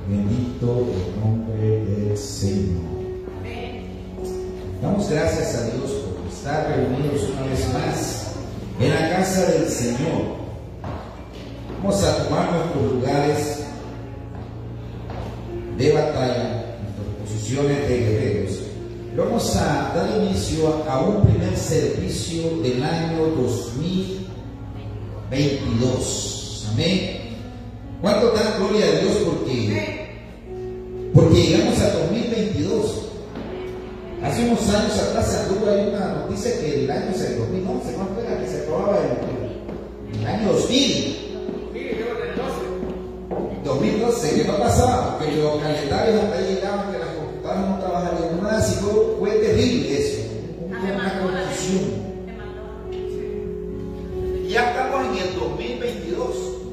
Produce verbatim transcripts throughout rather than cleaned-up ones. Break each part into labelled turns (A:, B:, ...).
A: Bendito el nombre del Señor. Damos gracias a Dios por estar reunidos una vez más en la casa del Señor. Vamos a tomar nuestros lugares de batalla, nuestras posiciones de guerreros. Vamos a dar inicio a un primer servicio del año dos mil veintidós. Amén. ¿Cuánto dan gloria a Dios? Porque, porque llegamos a dos mil veintidós. Hace unos años atrás anduvo ahí una noticia que el año es el dos mil once, ¿cuánto era que se aprobaba el, el año dos mil? dos mil doce, que no pasaba, porque los calendarios hasta ahí llegaban, que las computadoras no trabajaban en nada, así fue, fue terrible eso, una confusión. Ya estamos en el dos mil veintidós,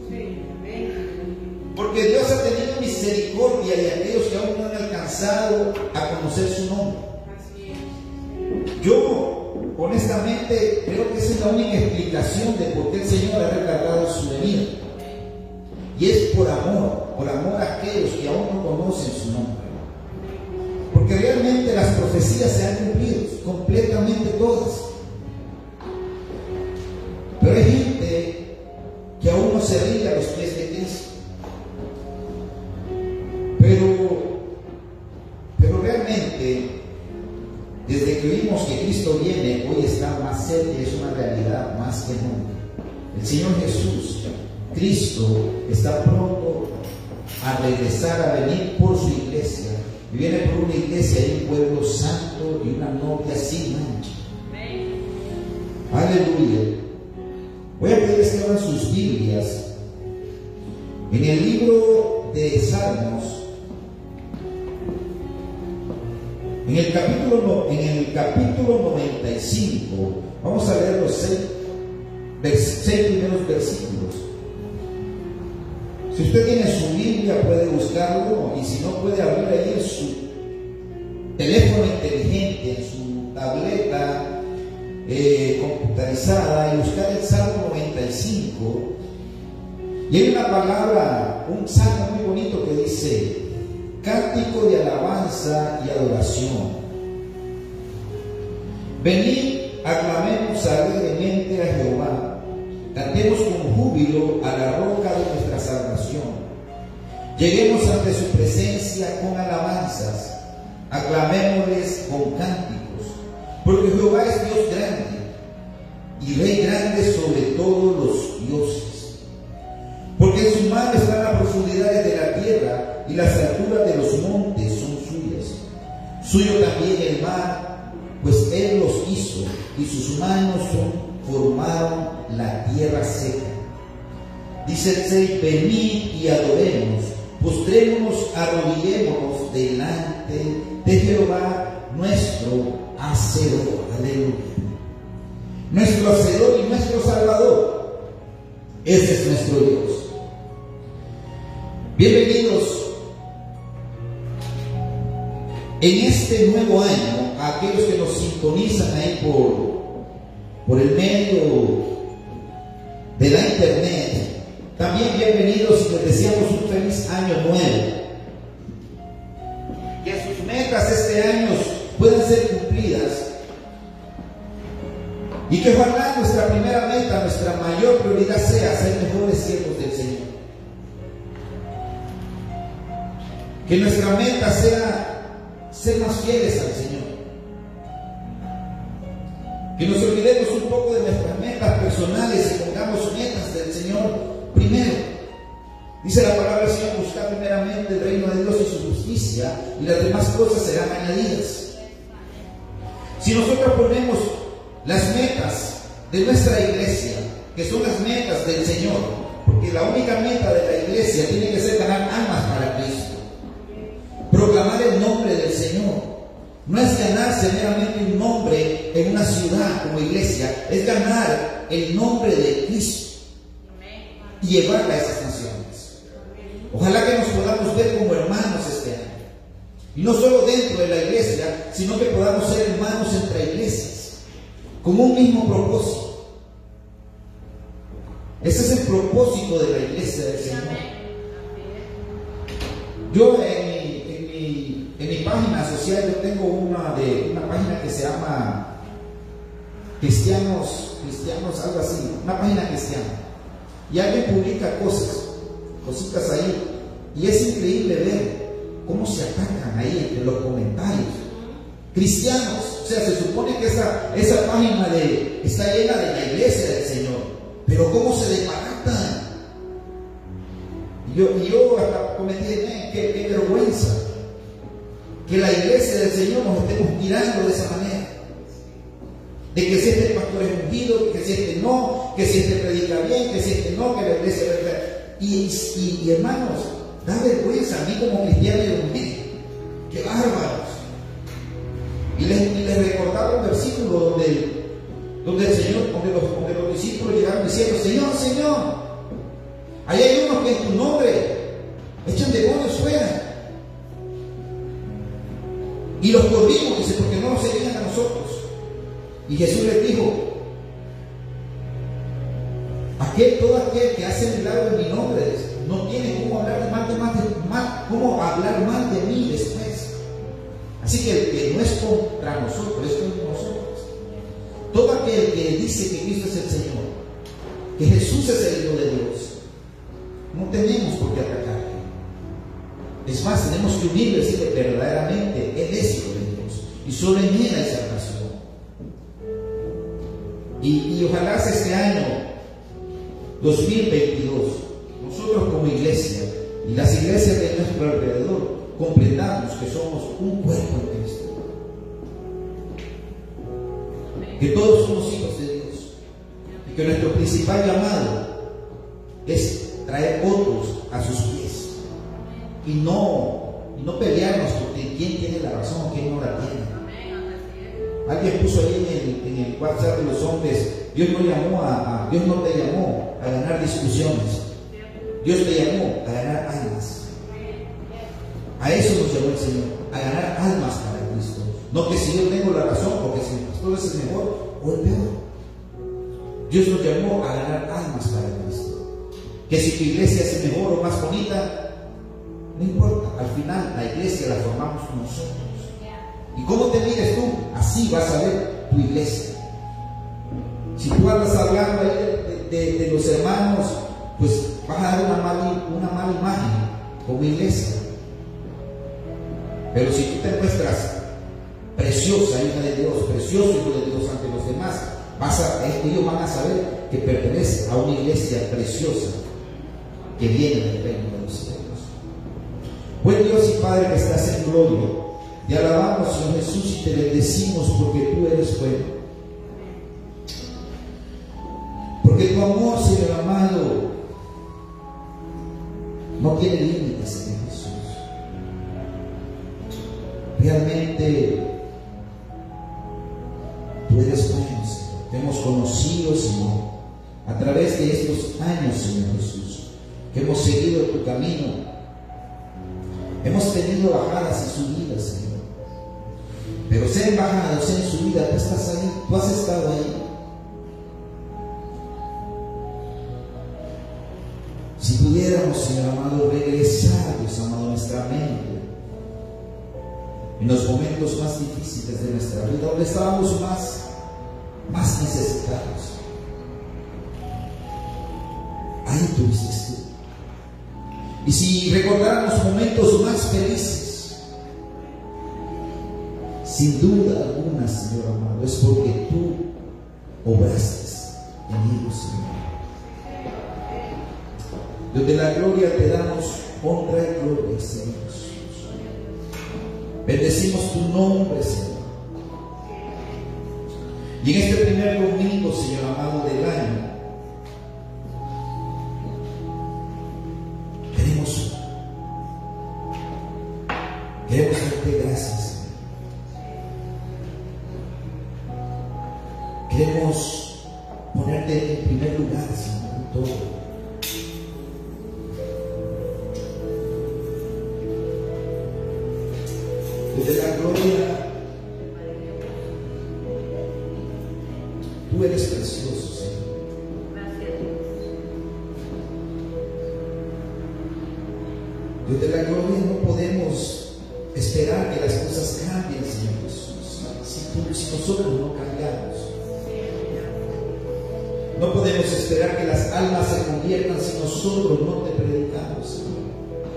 A: porque Dios ha tenido misericordia de aquellos que aún no han alcanzado a conocer su nombre. Yo, honestamente, creo que esa es la única explicación de por qué el Señor ha retardado su venida. Y es por amor, por amor a aquellos que aún no conocen su nombre. Porque realmente las profecías se han cumplido, completamente todas. Pero hay gente que aún no se rinde a los pies de Cristo. Pero, pero realmente, desde que vimos que Cristo viene, hoy está más cerca y es una realidad más que nunca. El Señor Jesús, Cristo, está pronto a regresar a venir por su iglesia. Y viene por una iglesia y un pueblo santo y una novia sin mancha. Aleluya. Voy a pedirles que abran sus Biblias en el libro de Salmos, en el capítulo, en el capítulo noventa y cinco. Vamos a leer los seis, seis primeros versículos. Si usted tiene su Biblia, puede buscarlo, y si no, puede abrir ahí en su teléfono inteligente, en su tableta eh, computarizada, y buscar el Salmo noventa y cinco. Y hay una palabra, un salmo muy bonito que dice: cántico de alabanza y adoración. Venid, aclamemos alegremente a Jehová. Cantemos con júbilo a la roca de nuestra salvación. Lleguemos ante su presencia con alabanzas. Aclamémosles con cánticos. Porque Jehová es Dios grande y Rey grande sobre todos los dioses. Porque en su mano están las profundidades de la tierra y las alturas de los montes son suyas. Suyo también el mar, pues Él los hizo, y sus manos son formaron la tierra seca. Dice el seis: venid y adoremos, postrémonos, arrodillémonos delante de Jehová nuestro Hacedor. Aleluya. Nuestro Hacedor y nuestro Salvador. Ese es nuestro Dios. Bienvenidos en este nuevo año a aquellos que nos sintonizan ahí por por el medio de la internet. También bienvenidos y les deseamos un feliz año nuevo. Que sus metas este año puedan ser cumplidas. Y que ojalá nuestra primera meta, nuestra mayor prioridad sea ser mejores siervos del Señor. Que nuestra meta sea ser más fieles al Señor. Que nos olvidemos un poco de nuestras metas personales y pongamos metas del Señor primero. Dice la palabra del Señor: buscar primeramente el reino de Dios y su justicia, y las demás cosas serán añadidas. Si nosotros ponemos las metas de nuestra iglesia, que son las metas del Señor, porque la única meta de la iglesia tiene que ser ganar almas para Cristo, proclamar el nombre del Señor. No es ganarse meramente un nombre en una ciudad como iglesia, es ganar el nombre de Cristo y llevarla a esas naciones. Ojalá que nos podamos ver como hermanos este año. Y no solo dentro de la iglesia, sino que podamos ser hermanos entre iglesias, con un mismo propósito. Ese es el propósito de la iglesia del Señor. Yo en mi, en mi, en mi página social yo tengo una, de, una página que se llama Cristianos, Cristianos, algo así, una página cristiana. Y alguien publica cosas, cositas ahí, y es increíble ver cómo se atacan ahí entre los comentarios. Cristianos, o sea, se supone que esa, esa página de, está llena de la iglesia del Señor, pero cómo se desbaratan. Y yo, y yo hasta cometí, eh, qué, qué vergüenza que la iglesia del Señor nos estemos mirando de esa manera. De que si este pastor es ungido, que si este no, que si este predica bien, que si este no, que la iglesia es verdad. Y, y, y hermanos, da vergüenza a mí como cristiano y ungido. ¡Qué bárbaros! Y les, y les recordaba un versículo donde, donde el Señor, donde los, donde los discípulos llegaron diciendo: Señor, Señor, ahí hay unos que en tu nombre echan demonios fuera. Y los corrimos, dice, porque no nos seguían a nosotros. Y Jesús les dijo: aquel, todo aquel que hace milagro en mi nombre no tiene cómo hablar mal de, mal de, mal, cómo hablar mal de mí después. Así que el que no es contra nosotros, es contra nosotros. Todo aquel que dice que Cristo es el Señor, que Jesús es el Hijo de Dios, no tenemos por qué atacarle. Es más, tenemos que unirle y decirle: verdaderamente Él es Hijo de Dios y solo en Él hay salvación. Y, y ojalá este año dos mil veintidós nosotros como iglesia y las iglesias de nuestro alrededor comprendamos que somos un cuerpo en Cristo, que todos somos hijos de Dios y que nuestro principal llamado es traer otros a sus pies y no, y no pelearnos porque quién tiene la razón o quién no la tiene. Alguien puso ahí en el, en el WhatsApp de los hombres: Dios no llamó a, a Dios no te llamó a ganar discusiones, Dios te llamó a ganar almas. A eso nos llamó el Señor, a ganar almas para Cristo. No que si yo tengo la razón, porque si el pastor es el mejor o el peor. Dios nos llamó a ganar almas para Cristo. Que si tu iglesia es mejor o más bonita, no importa, al final la iglesia la formamos nosotros. ¿Y cómo te mires tú? Así vas a ver tu iglesia. Si tú andas hablando de, de, de los hermanos, pues vas a dar una mala, una mala imagen como iglesia. Pero si tú te muestras preciosa hija de Dios, precioso hijo de Dios ante los demás, vas a, ellos van a saber que perteneces a una iglesia preciosa que viene del reino de los cielos. Buen Dios y Padre que estás en gloria, te alabamos, Señor Jesús, y te bendecimos porque tú eres bueno. Porque tu amor, Señor amado, no tiene límites, Señor Jesús. Realmente tú eres bueno, Señor. Te hemos conocido, Señor, a través de estos años, Señor Jesús, que hemos seguido tu camino. Hemos tenido bajadas y subidas, Señor. Pero sean bajadas, sean subidas, tú estás ahí, tú has estado ahí. Si pudiéramos, Señor amado, regresar, Dios amado, a nuestra mente en los momentos más difíciles de nuestra vida, donde estábamos más, más necesitados, ahí tuviste tú. Y si recordáramos momentos más felices, sin duda alguna, Señor amado, es porque tú obraste en ellos, Señor. Donde la gloria te damos, honra y gloria, Señor Jesús. Bendecimos tu nombre, Señor. Y en este primer domingo, Señor amado, del año, queremos, queremos darte gracias, Señor. Queremos ponerte en primer lugar, Señor, en todo. Desde la gloria, tú eres precioso, Señor. Dios de la gloria, no podemos esperar que las cosas cambien, Señor Jesús, si, si nosotros no cambiamos. No podemos esperar que las almas se conviertan si nosotros no te predicamos, Señor.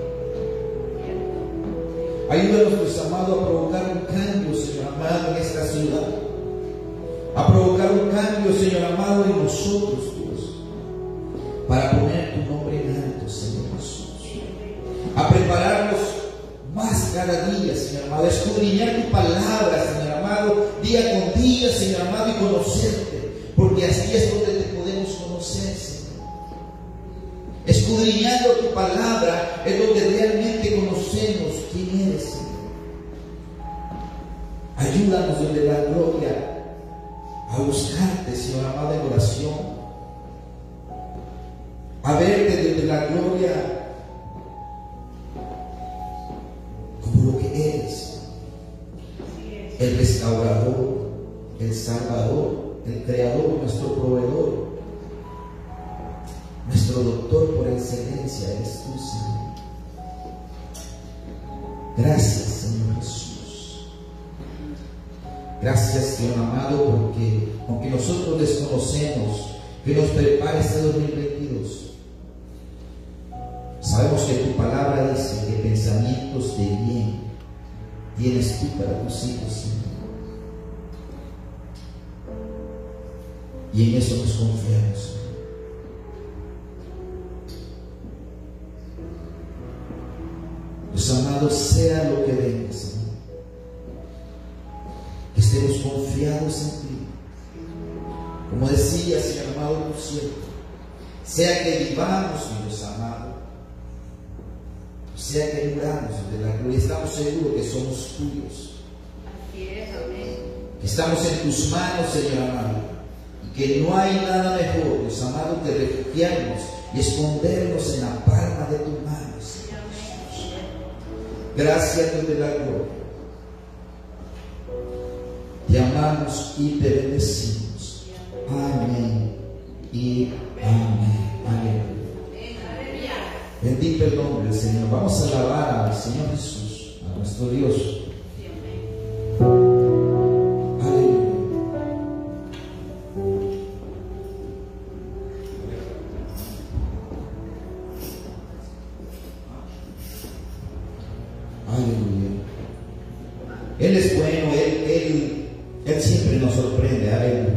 A: Ayúdanos, Dios amado, a provocar un cambio, Señor amado, en esta ciudad. A provocar un cambio, Señor amado, en nosotros, Dios. Para poner tu nombre en alto, Señor Jesús. A prepararnos más cada día, Señor amado. A escudriñar tu palabra, Señor amado, día con día, Señor amado, y conocerte. Porque así es donde te podemos conocer, Señor. Escudriñando tu palabra es donde realmente conocemos quién eres, Señor. Ayúdanos, Dios de la gloria, a buscarte, Señor amado, en oración. A verte, Dios de la gloria, como lo que eres. El restaurador, el salvador, el creador, nuestro proveedor, nuestro doctor por excelencia eres tú, Señor. Gracias, Señor Jesús. Gracias, Señor amado, porque aunque nosotros desconocemos que nos prepara este dos mil veintidós, sabemos que tu palabra dice que pensamientos de bien tienes tú para tus hijos, Señor. Y en eso nos confiamos. Dios amado, sea lo que venga, Señor, que estemos confiados en ti. Como decía, Señor amado, por cierto, sea que vivamos, Dios amado, sea que muramos de la gloria, estamos seguros que somos tuyos. Que estamos en tus manos, Señor amado. Que no hay nada mejor, Dios amado, que refugiarnos y escondernos en la palma de tus manos, Señor Jesús. Gracias, Dios de la gloria. Te amamos y te bendecimos. Amén y amén. Amén. Bendito el nombre del Señor. Vamos a alabar al Señor Jesús, a nuestro Dios. Él es bueno, Él, Él, Él siempre nos sorprende. Aleluya.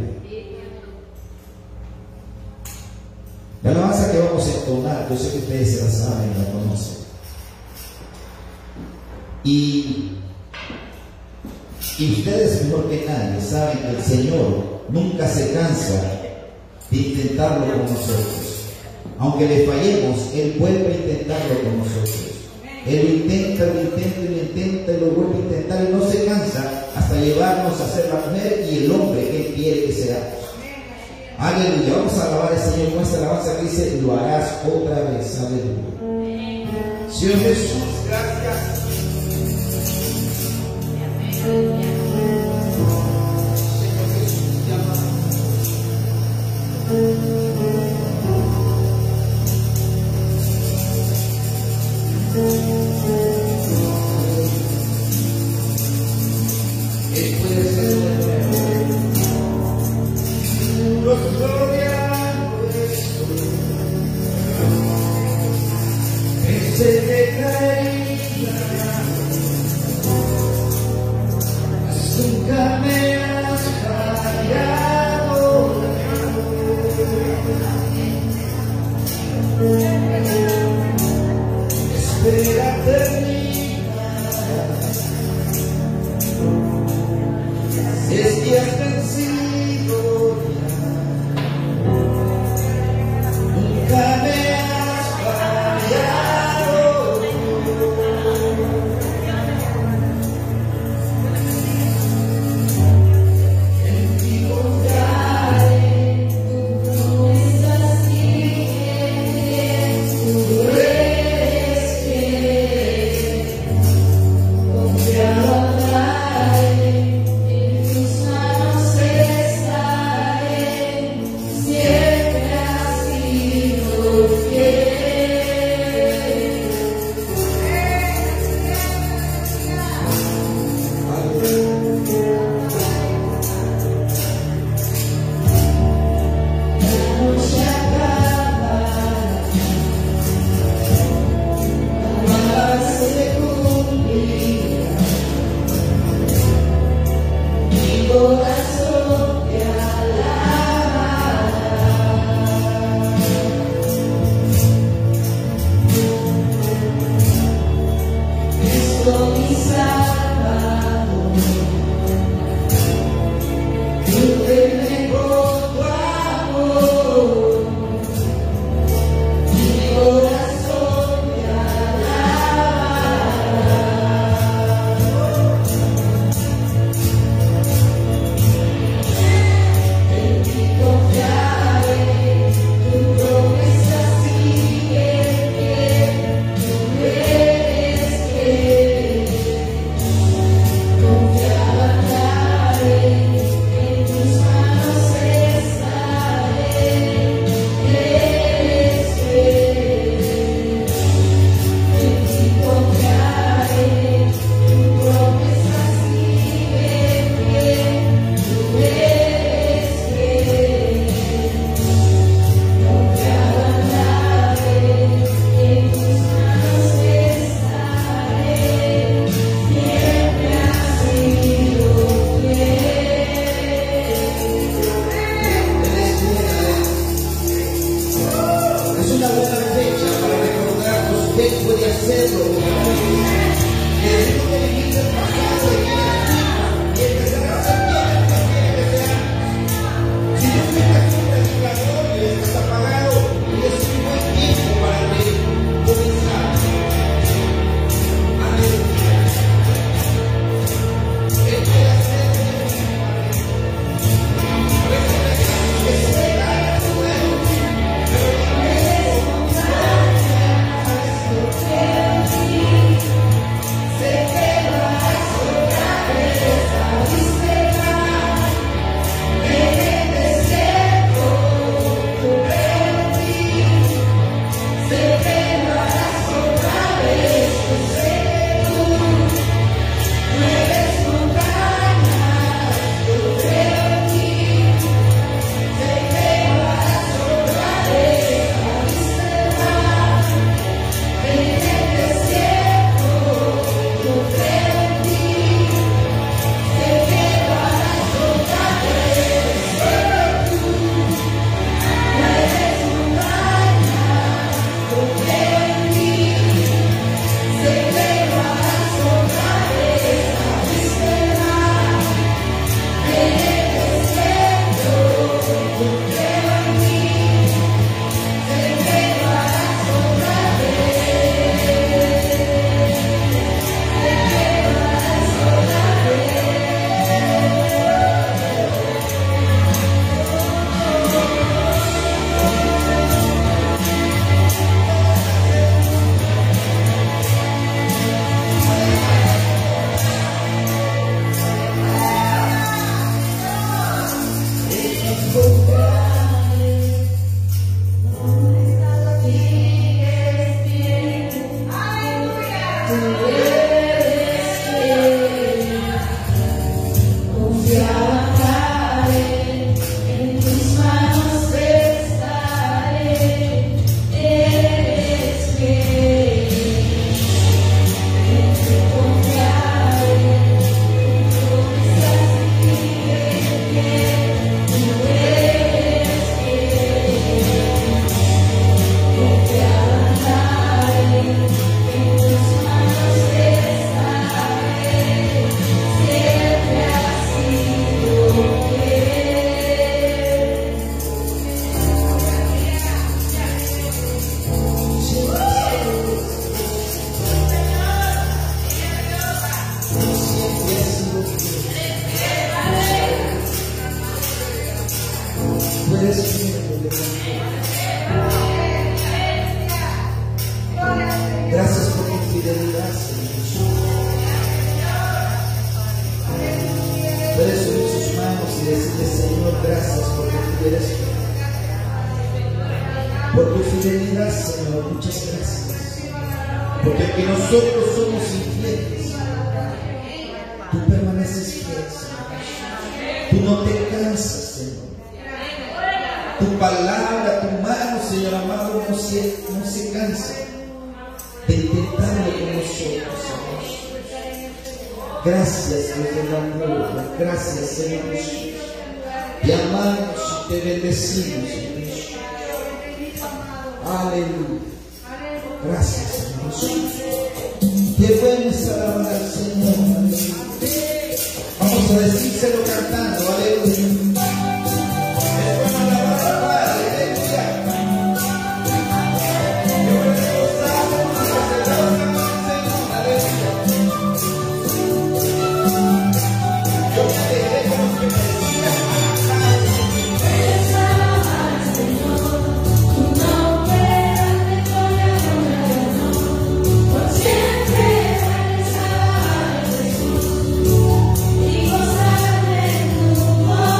A: La alabanza que vamos a entonar, yo sé que ustedes se la saben, la conocen. Y, y ustedes mejor que nadie saben que el Señor nunca se cansa de intentarlo con nosotros. Aunque le fallemos, Él vuelve a intentarlo con nosotros. Él lo intenta, lo intenta, lo intenta, y lo vuelve a intentar y no se cansa hasta llevarnos a ser la mujer y el hombre que Él quiere que seamos. Aleluya. Vamos a alabar al Señor con esta alabanza que dice: lo harás otra vez. Aleluya. Señor Jesús, gracias. Señor Jesús, te amamos. Él puede ser de nuevo. Gloria pensé que caería, mas nunca me has fallado. Espera termina, si es que has vencido ya, nunca me has fallado. En ti confiaré, tú estás aquí, tú eres fiel. Gracias por tu fidelidad, Señor Jesús. Puedes subir sus manos y decirle: Señor, gracias por tu eres por tu fidelidad, Señor. Muchas gracias. Porque aunque nosotros somos infieles, tú permaneces fiel, Señor. Tú no te cansas, Señor. Tu palabra, tu mano, Señor amado, no se, no se cansa de intentarlo con nosotros, Señor. Gracias, Dios de la gloria. Gracias, Señor Jesús. Te amamos y te bendecimos, Señor Jesús. Aleluya. Gracias, Señor Jesús. Qué bueno es alabar al Señor. Aleluya. Vamos a decírselo cantando. Aleluya.
B: Siempre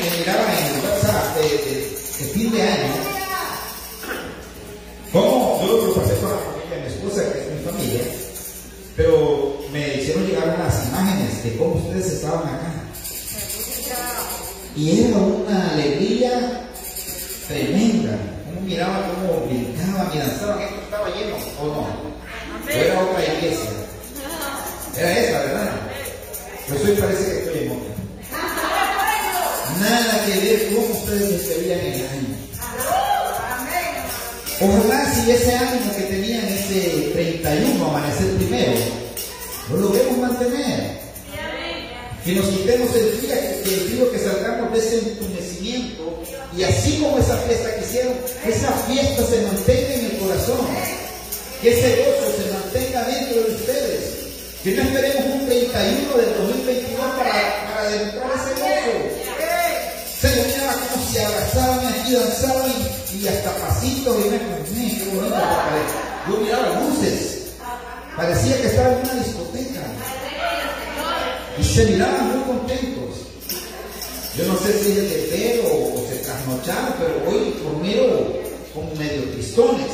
A: me miraban en el WhatsApp de, de, de fin de año, como yo lo pasé con la familia de mi esposa, que es mi familia, pero me hicieron llegar unas imágenes de cómo ustedes estaban acá. Y era una alegría tremenda. Como miraban, cómo brincaban y danzaban. Esto estaba lleno, ¿o no? ¿O era otra iglesia? Era esa, ¿verdad? Pues hoy parece que estoy en otra. Nada que ver cómo ustedes se veían en el año. Ojalá si ese ánimo que tenían ese treinta y uno, amanecer primero, lo logremos mantener. Que nos quitemos el día, que el día que salgamos de ese entumecimiento, y así como esa fiesta que hicieron, esa fiesta se mantenga en el corazón, que ese gozo se mantenga dentro de ustedes, que no esperemos un treinta y uno del dos mil veintidós para, para demostrar ese gozo. Se miraba como se abrazaban aquí, danzaban y, y hasta pasitos, y me qué bonito, yo miraba luces, parecía que estaba en una discoteca. Y se miraban muy contentos. Yo no sé si es de pelo o se trasnocharon, pero hoy los miro como medio tristones.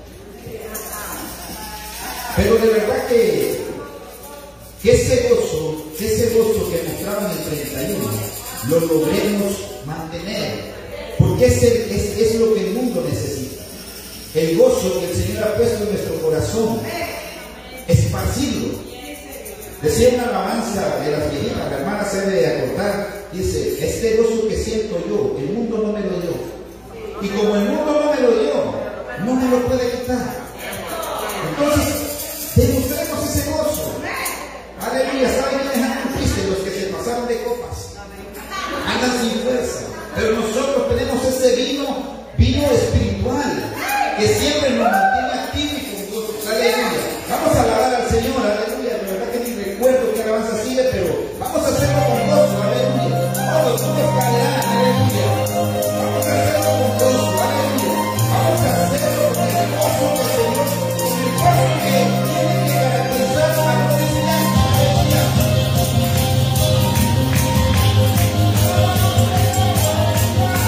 A: Pero de verdad que, que ese gozo, que ese gozo que mostraban el treinta y uno, lo logremos mantener. Porque es, el, es, es lo que el mundo necesita. El gozo que el Señor ha puesto en nuestro corazón, esparcido. Decía una alabanza de las viejitas, la hermana se debe acordar, dice, este gozo que siento yo, el mundo no me lo dio. Y como el mundo no me lo dio, no me lo puede quitar. Entonces, demostremos ese gozo. Aleluya, ¿saben quiénes andan tristes? Los que se pasaron de copas. Andan sin fuerza. Pero nosotros tenemos ese vino, vino espiritual, que siempre nos mantiene activos y con gozo. Aleluya. Vamos a alabar al Señor, aleluya. De verdad que ni recuerdo qué alabanza sigue, pero vamos a hacerlo con gozo, aleluya. Todos somos caerán, aleluya. Vamos a hacerlo con gozo, aleluya. Vamos a hacerlo con el gozo del Señor, con el gozo que tiene que caracterizar a los cristianos, aleluya.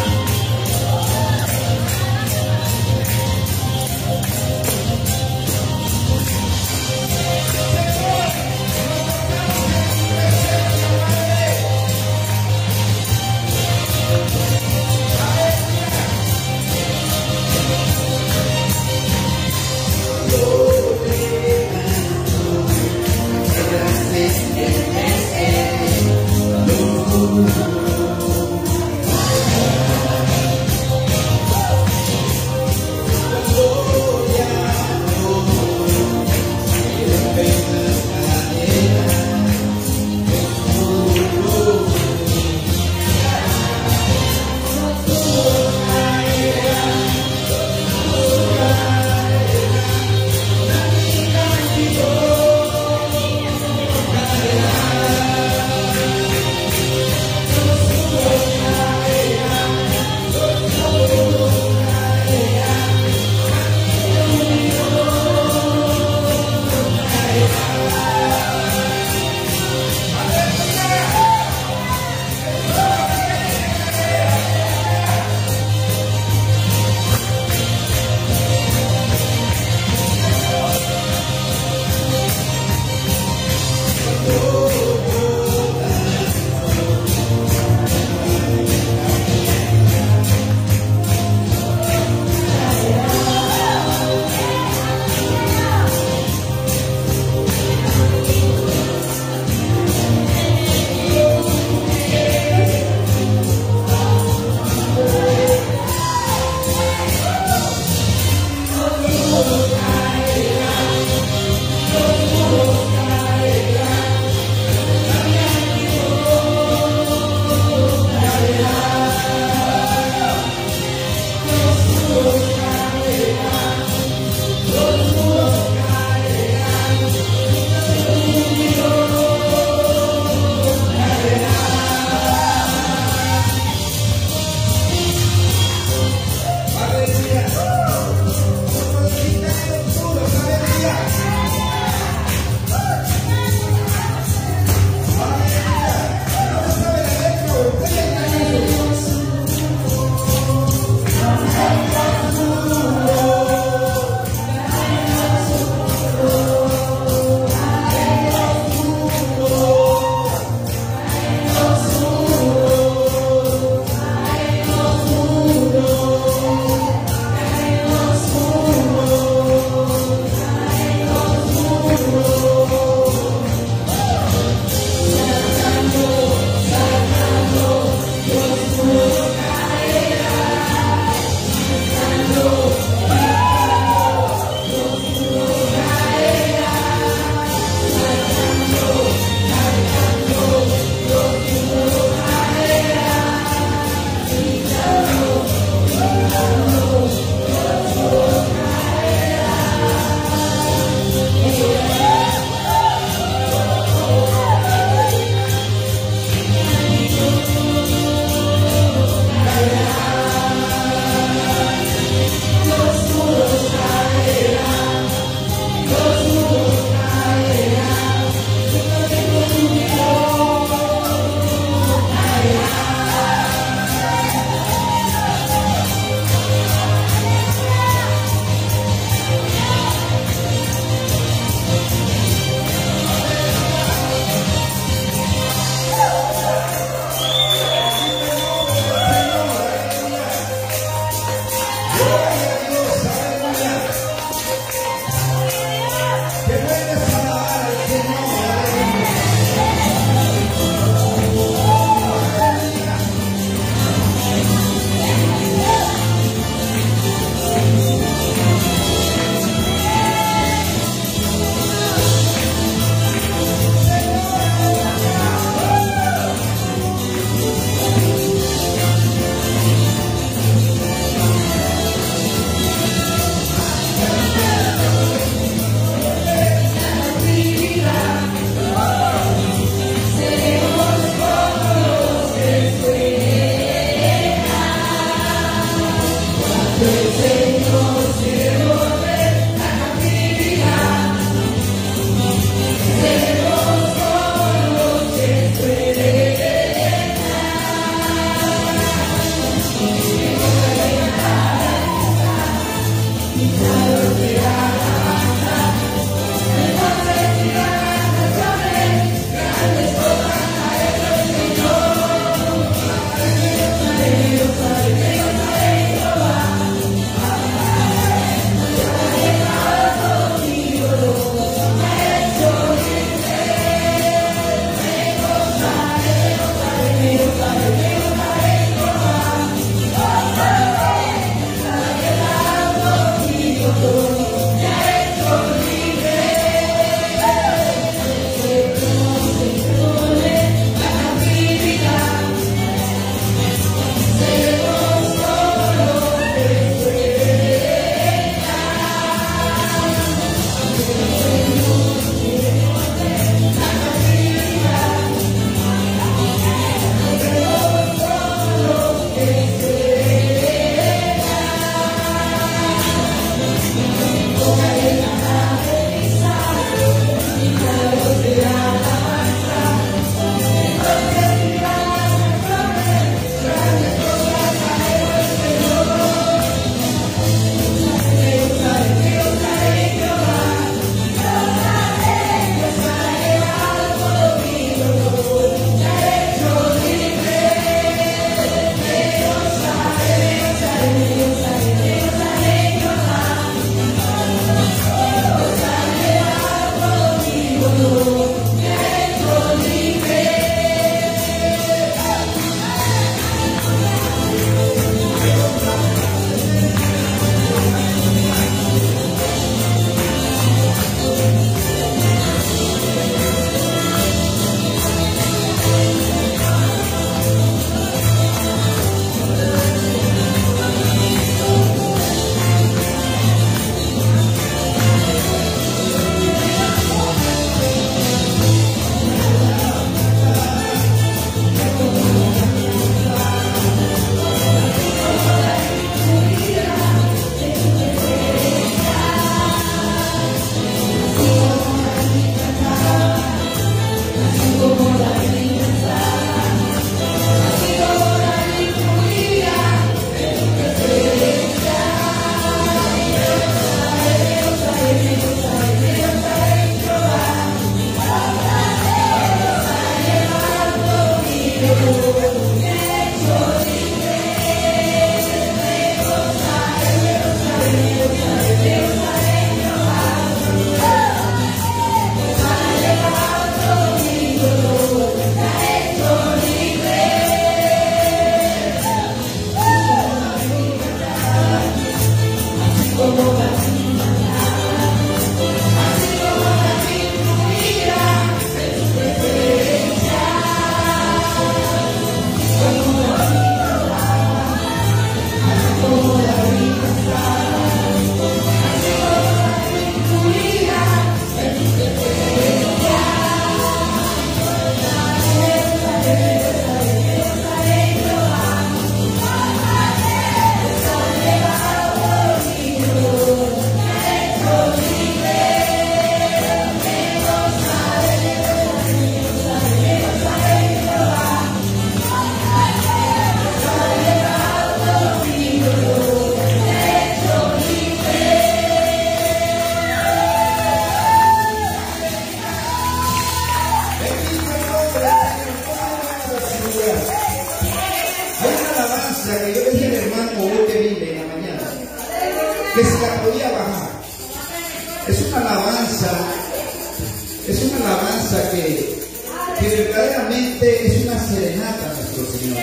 A: yo le dije al hermano hoy que vive en la mañana, que se la podía bajar. Es una alabanza, es una alabanza que, que verdaderamente es una serenata a nuestro Señor.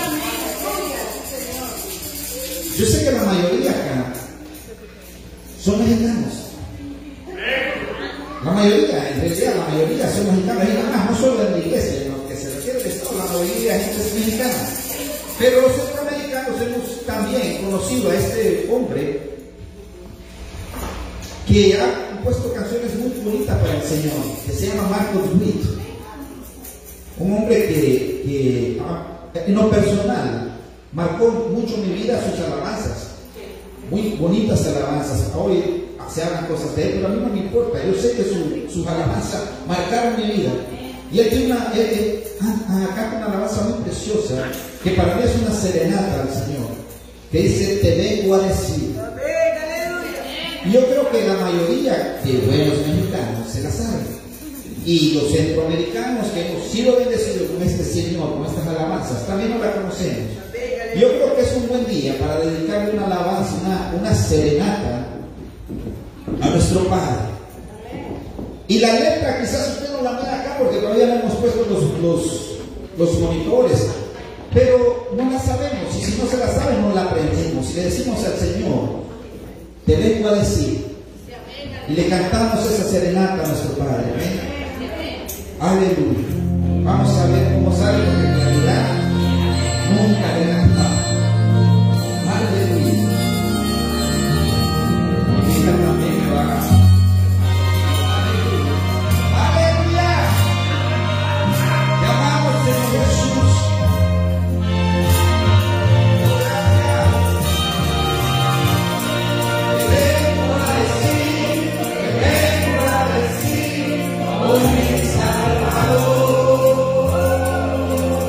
A: Yo sé que la mayoría acá son mexicanos. La mayoría, en realidad la mayoría son mexicanos. Y nada más, no solo en la iglesia, en lo que se refiere al Estado, la mayoría de gente es mexicana. Pero los centroamericanos hemos también conocido a este hombre que ha compuesto canciones muy bonitas para el Señor, que se llama Marcos Witt. Un hombre que, que en lo personal marcó mucho mi vida, sus alabanzas, muy bonitas alabanzas. Hoy se hablan cosas de él, pero a mí no me importa. Yo sé que su, sus alabanzas marcaron mi vida. Y él tiene una, él, él, acá una alabanza muy preciosa, que para mí es una serenata al Señor, que dice: te vengo a decir. Y yo creo que la mayoría de buenos mexicanos se la saben. Y los centroamericanos que hemos sido bendecidos con este Señor, con estas alabanzas, también no la conocemos. Yo creo que es un buen día para dedicarle una alabanza, una, una serenata a nuestro Padre. Y la letra quizás usted no la mira acá porque todavía no hemos puesto los, los, los monitores, pero no la sabemos. Y si no se la sabe, no la aprendemos. Y le decimos al Señor: te vengo a decir. Y le cantamos esa serenata a nuestro Padre. ¿eh? Aleluya. Vamos a ver cómo sale, porque en realidad nunca le cantamos. Aleluya. Y esta también me va a... Aleluya. Te amamos, Señor Jesús.
B: Oh, mi Salvador.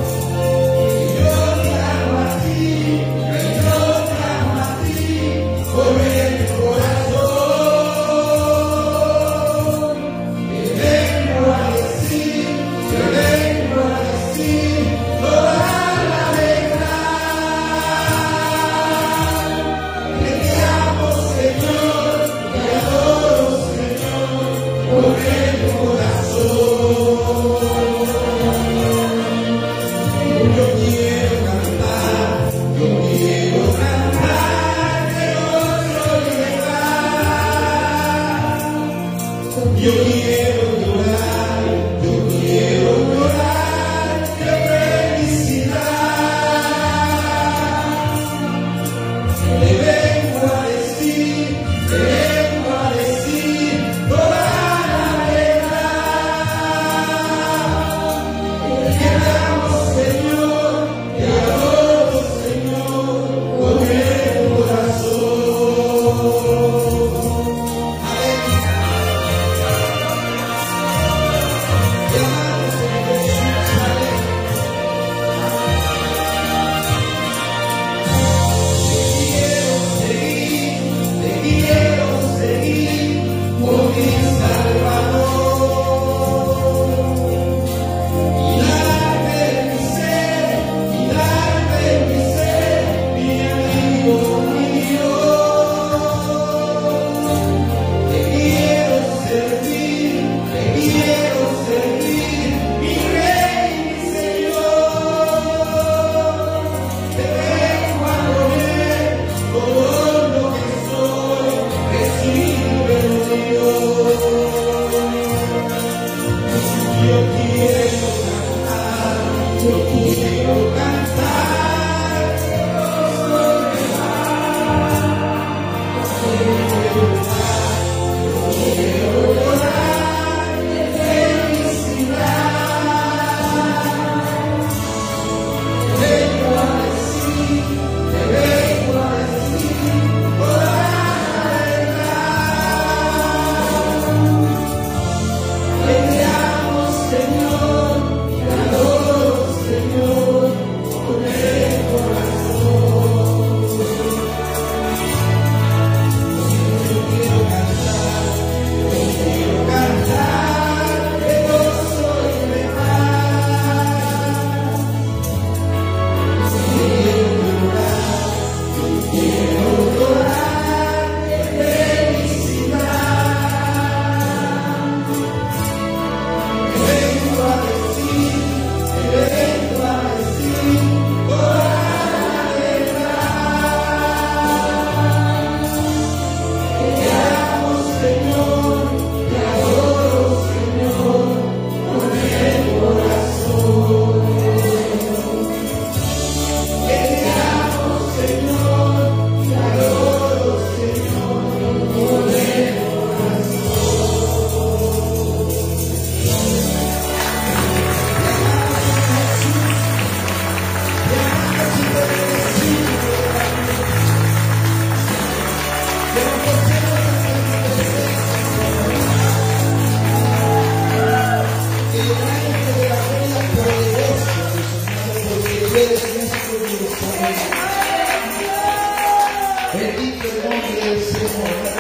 A: Bendito el nombre del Señor.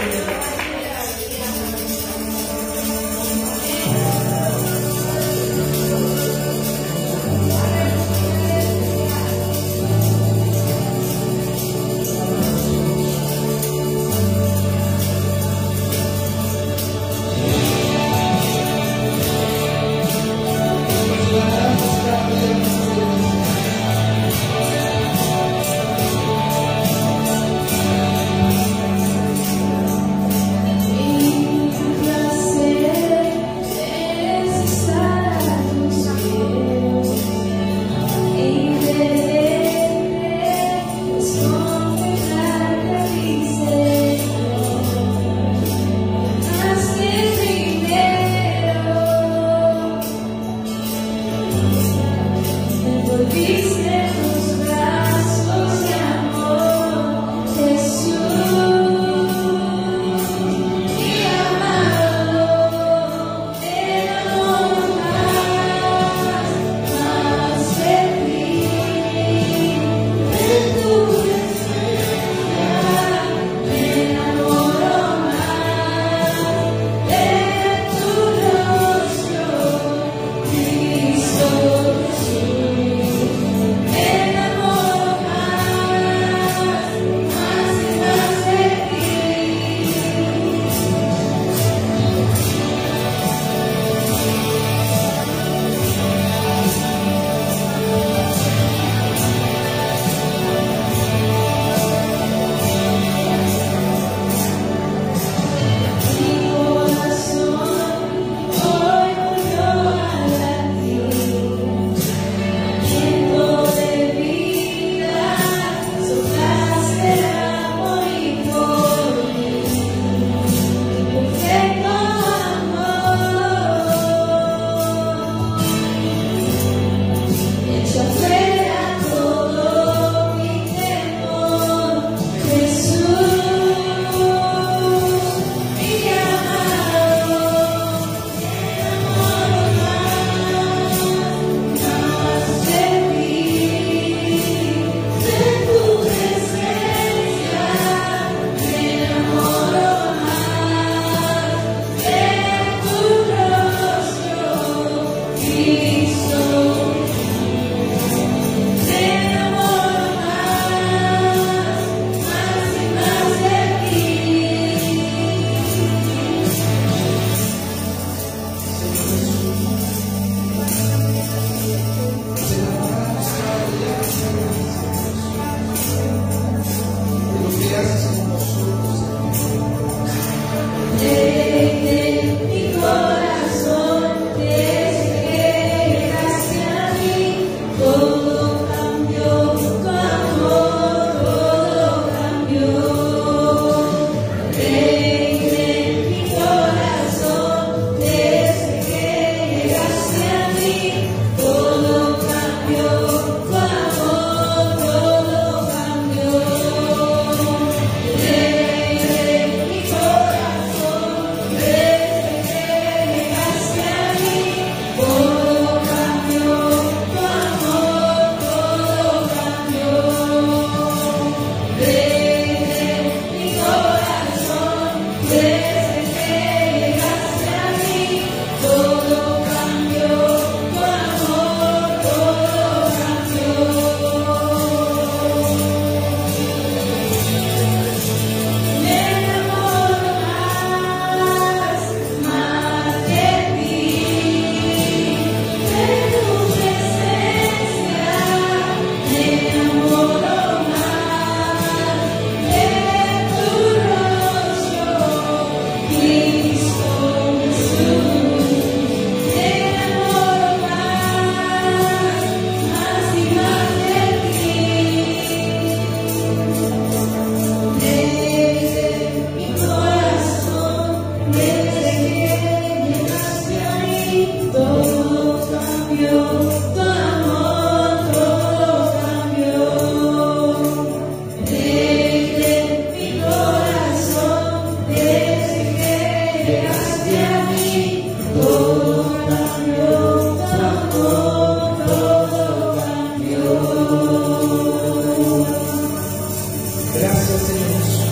A: Gracias, Señor Jesús.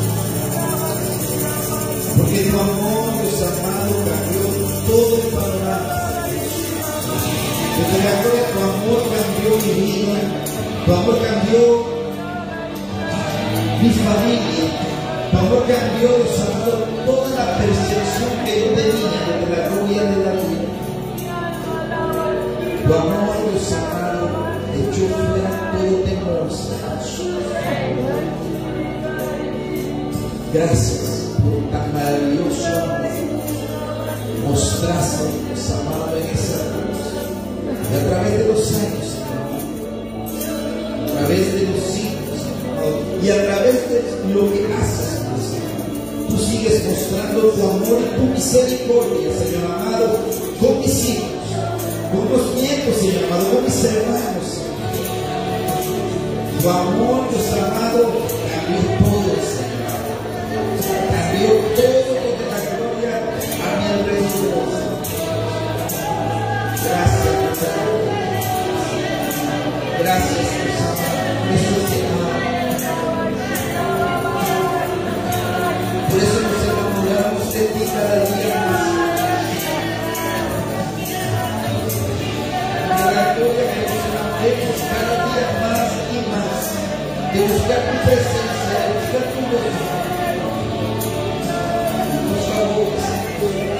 A: Porque tu amor, Dios amado, cambió todo el panorama. Desde la gloria, tu amor cambió mi vida. Tu amor cambió mi familia. Tu amor cambió, Dios amado, toda la percepción que yo tenía desde la gloria de la vida. Tu amor, Dios amado, echó fuera todo temor, Señor. Gracias por tan maravilloso amor. Mostraste, Dios amado, en esa cruz. Y a través de los años, Señor, a través de los siglos, Señor, y a través de lo que haces, Señor, tú sigues mostrando tu amor y tu misericordia, Señor amado, con mis hijos, con los nietos, Señor amado, con mis hermanos, Señor. Tu amor, Dios amado, cambió todo, Señor. Cambió todo de la gloria a mi alrededor. Gracias, Dios amado. Gracias, Dios amado. Eso es Señor. Por eso nos enamoramos de ti cada día más. De la gloria que nos enamoremos cada día más y más. De buscar tu presencia, de buscar tu gloria. Por favor, Señor.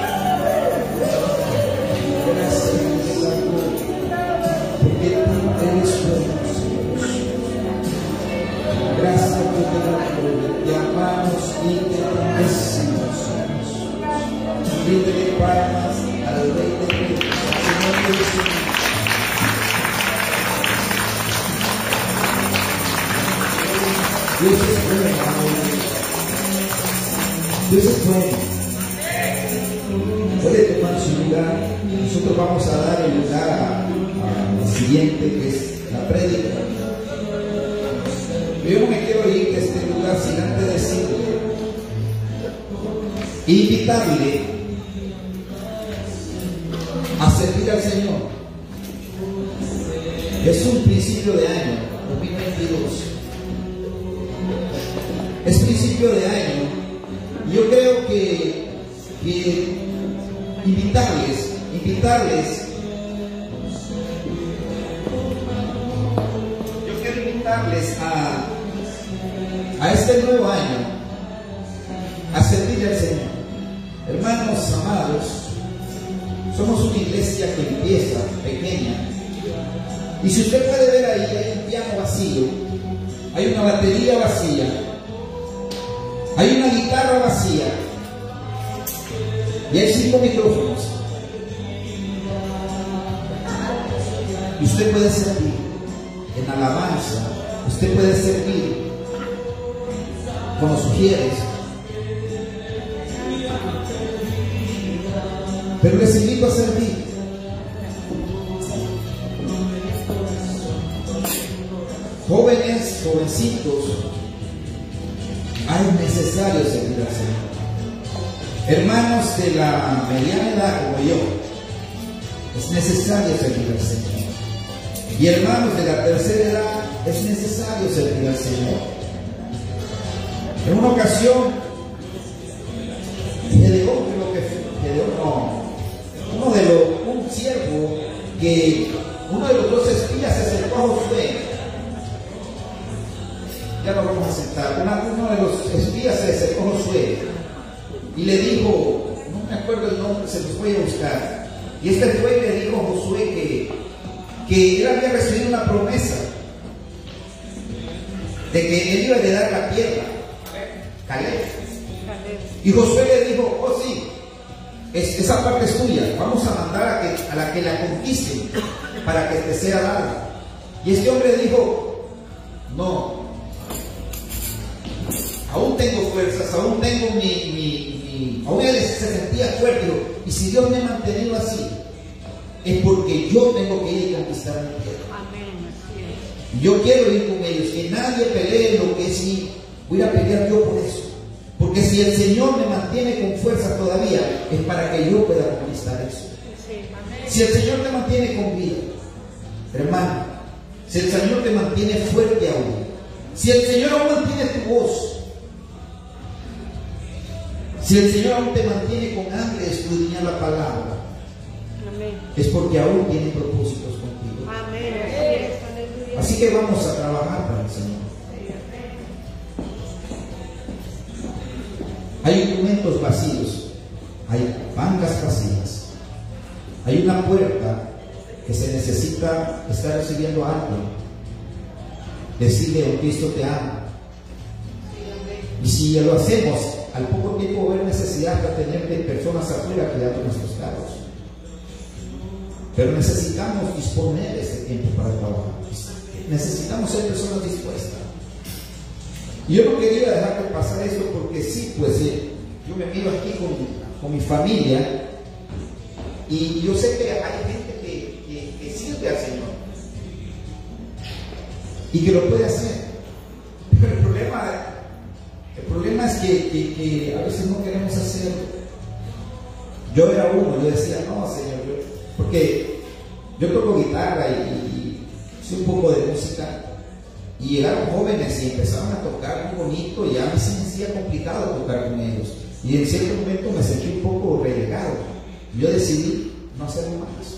A: Gracias, Señor. Porque tú eres bueno, Señor. Gracias por tu gloria. Te amamos y te bendecimos, Señor. Rinde palmas al Rey de Reyes, Señor de los Señores. Dios es bueno, Dios es bueno. Puede tomar su lugar. Nosotros vamos a dar el lugar al siguiente, que es la prédica. Yo no me quiero ir de este lugar sin antes decirle, invitarle a servir al Señor. Es un principio de año, dos mil veintidós. Es principio de año. Yo creo que, que invitarles, invitarles, yo quiero invitarles a, a este nuevo año, a servir al Señor. Hermanos amados, somos una iglesia que empieza pequeña. Y si usted puede ver ahí, hay un piano vacío, hay una batería vacía, hay una guitarra vacía y hay cinco micrófonos. Y usted puede servir en alabanza, usted puede servir como sugieres. Pero les invito a servir. Jóvenes, jovencitos, es necesario servir al Señor. Hermanos de la mediana edad como yo, es necesario servir al Señor. Y hermanos de la tercera edad, es necesario servir al Señor. En una ocasión, Gedeón, creo que Gedeón, no, uno de los, un siervo que uno de los dos espías se acercó a Josué. Ya nos vamos a sentar. Una, uno de los espías se acercó a Josué y le dijo, no me acuerdo el nombre, se los voy a buscar. Y este fue y le dijo a Josué que, que él había recibido una promesa de que él iba a heredar la tierra. Caleb. Y Josué le dijo, oh sí, es, esa parte es tuya, vamos a mandar a, que, a la que la conquisten para que te sea dada. Y este hombre dijo, no, aún tengo fuerzas, aún tengo mi, mi, mi aún él se sentía fuerte, y si Dios me ha mantenido así, es porque yo tengo que ir y conquistar mi tierra. Yo quiero ir con ellos, que nadie pelee lo que es mío, voy a pelear yo por eso. Porque si el Señor me mantiene con fuerza todavía, es para que yo pueda conquistar eso. Si el Señor te mantiene con vida, hermano, si el Señor te mantiene fuerte aún, si el Señor aún mantiene tu voz, Si el Señor aún te mantiene con hambre de escudriñar la palabra, amén, es porque aún tiene propósitos contigo. Amén. Así que vamos a trabajar para el Señor. Hay instrumentos vacíos, hay bancas vacías, hay una puerta que se necesita estar recibiendo a alguien. Decirle: oh, Cristo te ama. Y si lo hacemos, al poco tiempo va a haber necesidad de tener de personas afuera cuidando nuestros carros. Pero necesitamos disponer de ese tiempo para trabajar. Necesitamos ser personas dispuestas. Y yo no quería dejar de pasar esto porque sí, pues eh, yo me miro aquí con, con mi familia y yo sé que hay gente que, que, que sirve al Señor y que lo puede hacer. Pero el problema, el problema es que, que, que a veces no queremos hacerlo. Yo era uno, yo decía: no, Señor, yo, porque yo toco guitarra y, y sé un poco de música. Y llegaron jóvenes y empezaron a tocar muy bonito, y a mí se me hacía complicado tocar con ellos. Y en cierto momento me sentí un poco relegado. Yo decidí no hacerlo más.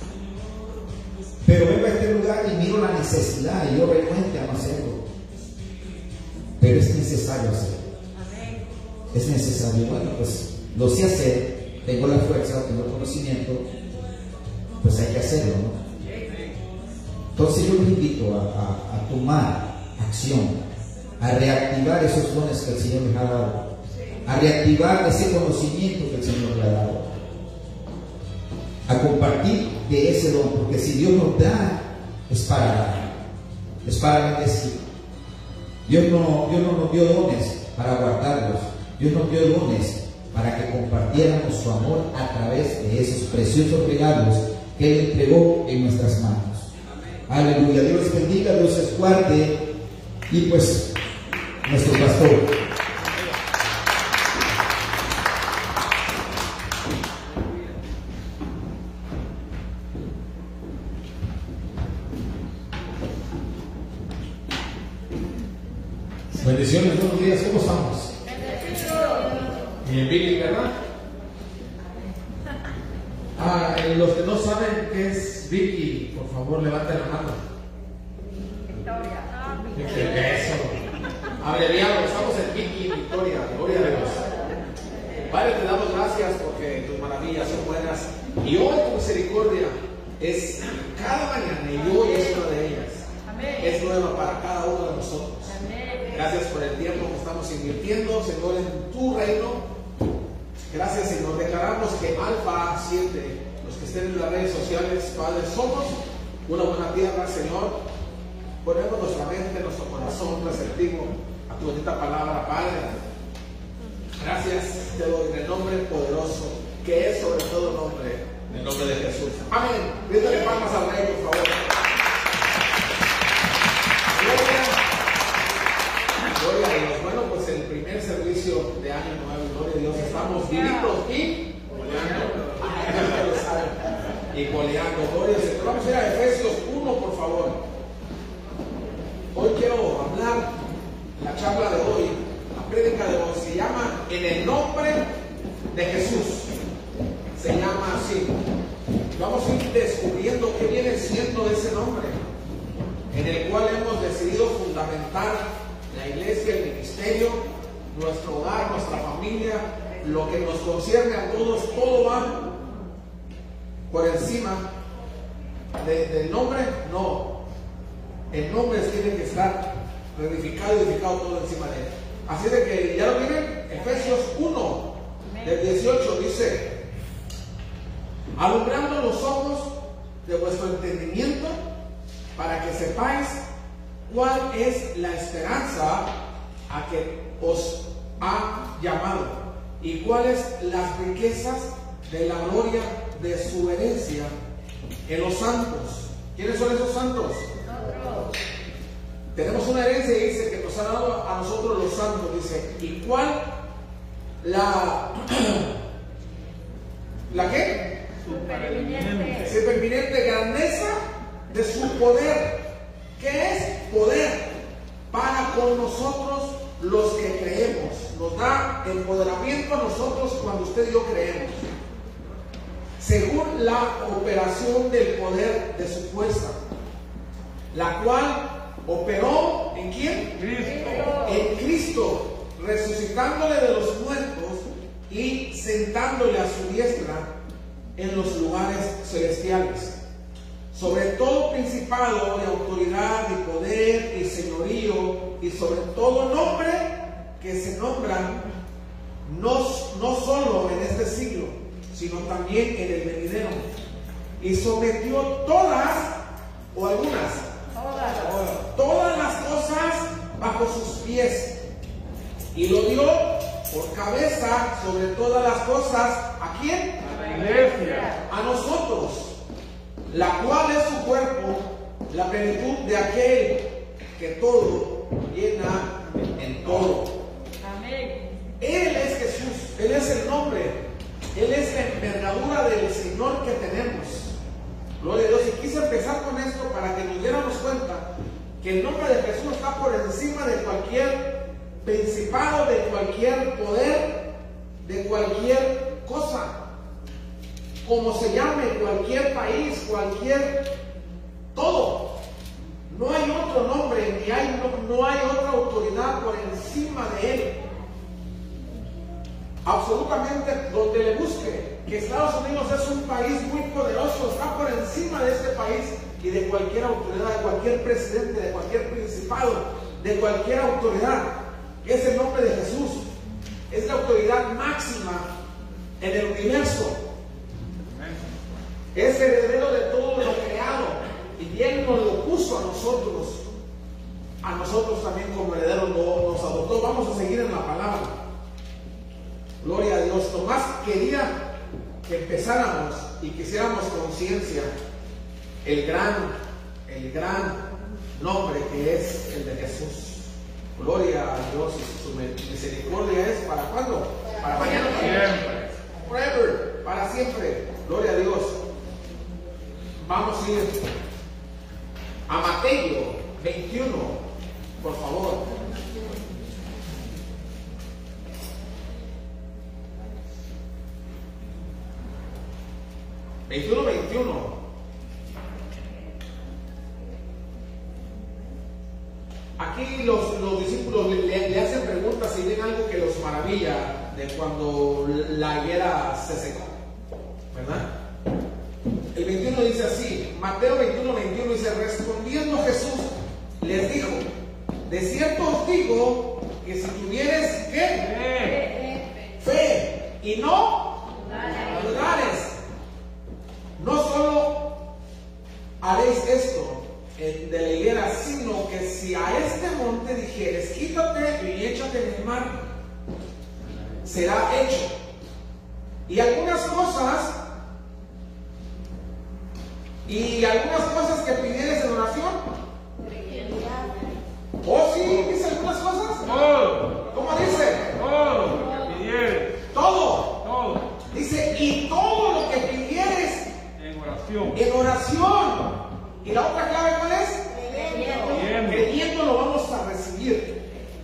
A: Pero vengo a este lugar y miro la necesidad y yo renuente a no hacerlo. Pero es necesario hacerlo. Es necesario. Bueno, pues lo sé hacer, tengo la fuerza, tengo el conocimiento, pues hay que hacerlo, ¿no? Entonces yo les invito a, a, a tomar acción, a reactivar esos dones que el Señor les ha dado, a reactivar ese conocimiento que el Señor le ha dado, a compartir de ese don, porque si Dios nos da, es para dar, es para bendecir. Dios no, Dios no nos dio dones para guardarlos, Dios nos dio dones para que compartiéramos su amor a través de esos preciosos regalos que Él entregó en nuestras manos. Aleluya, Dios les bendiga, Dios les guarde. Y pues, nuestro pastor.
B: Bendiciones, buenos días, ¿cómo estamos? Bien, Billy, ¿verdad? Ah, eh, los que no saben qué es Vicky, por favor, levanten la mano. Victoria. ¿Qué es eso? Abreviado, estamos en Vicky y Victoria, gloria a Dios. Padre, te damos gracias porque tus maravillas son buenas y hoy tu misericordia es cada mañana y hoy es una de ellas. Amén. Es nueva para cada uno de nosotros. Amén. Gracias por el tiempo que estamos invirtiendo, Señor, en tu reino. Gracias, Señor. Declaramos que Alfa siete, los que estén en las redes sociales, Padre, somos una buena tierra, Señor. Ponemos nuestra mente, nuestro corazón receptivo a tu bendita palabra, Padre. Gracias te doy en el nombre poderoso, que es sobre todo nombre, en el nombre de Jesús. Amén. Dale palmas al Rey, por favor. Gloria. Gloria a Dios. Bueno, pues el primer servicio de año nuevo, gloria a Dios, estamos vivitos y coleando. Y coleando, gloria a Dios. Vamos a ir a Efesios uno, por favor. Hoy quiero hablar, la charla de hoy, la prédica de hoy, se llama En el nombre de Jesús. Se llama así. Vamos a ir descubriendo qué viene siendo ese nombre, en el cual hemos decidido fundamentar la iglesia, el ministerio, nuestro hogar, nuestra familia, lo que nos concierne a todos. Todo va por encima de, del nombre. No, el nombre tiene que estar reedificado y edificado todo encima de él. Así de que ya lo miren, Efesios uno del dieciocho dice: alumbrando los ojos de vuestro entendimiento, para que sepáis cuál es la esperanza a que os ha llamado y cuáles las riquezas de la gloria de su herencia en los santos. ¿Quiénes son esos santos? Nosotros. Tenemos una herencia y dice que nos ha dado a nosotros los santos, dice, ¿y cuál la la qué? Supereminente. Supereminente grandeza de su poder. ¿Qué es poder? Para con nosotros los que creemos, nos nos da empoderamiento a nosotros cuando usted y yo creemos, según la operación del poder de su fuerza, la cual operó ¿en quién?
C: Cristo.
B: En Cristo, resucitándole de los muertos y sentándole a su diestra en los lugares celestiales, sobre todo principado y autoridad y poder y señorío y sobre todo nombre que se nombran no, no solo en este siglo, sino también en el venidero, y sometió todas o algunas
C: Todas.
B: todas las cosas bajo sus pies y lo dio por cabeza sobre todas las cosas. ¿A quién?
C: A la iglesia.
B: A nosotros, la cual es su cuerpo, la plenitud de aquel que todo llena en todo.
C: Amén.
B: Él es Jesús, Él es el nombre, Él es la envergadura del Señor que tenemos. Gloria a Dios. Y quise empezar con esto para que nos diéramos cuenta que el nombre de Jesús está por encima de cualquier principado, de cualquier poder, de cualquier cosa, como se llame, cualquier país, cualquier todo. No hay otro nombre, ni hay, no, no hay otra autoridad por encima de Él. Absolutamente donde le busque, que Estados Unidos es un país muy poderoso, está por encima de este país y de cualquier autoridad, de cualquier presidente, de cualquier principado, de cualquier autoridad. Es el nombre de Jesús, es la autoridad máxima en el universo, es heredero de todo lo creado y Él nos lo puso a nosotros, a nosotros también como herederos nos adoptó. Vamos a seguir en la palabra. Gloria a Dios. Tomás quería que empezáramos y que hiciéramos conciencia el gran, el gran nombre que es el de Jesús. Gloria a Dios, y su misericordia es ¿para cuándo? Para mañana.
C: Siempre.
B: Forever, para siempre. Gloria a Dios. Vamos a ir a Mateo veintiuno, por favor. veintiuno, veintiuno. Aquí los, los discípulos le, le hacen preguntas si ven algo que los maravilla de cuando la higuera se secó, ¿verdad? El veintiuno dice así, Mateo veintiuno, veintiuno dice, respondiendo Jesús les dijo, de cierto os digo que si tuvieres ¿qué? Fe y no dudares, no solo haréis esto de la higuera, sino que si a este monte dijeres, quítate y échate en el mar, será hecho. Y algunas cosas, y algunas cosas que pidieres en oración. ¿Oh sí? ¿Dice algunas cosas?
C: Todo.
B: ¿Cómo dice?
C: Todo lo que pidieres.
B: Todo.
C: Todo.
B: Dice, y todo lo que pidieres
C: En oración.
B: en oración. ¿Y la otra clave cuál es?
C: Creyendo.
B: Creyendo lo vamos a recibir.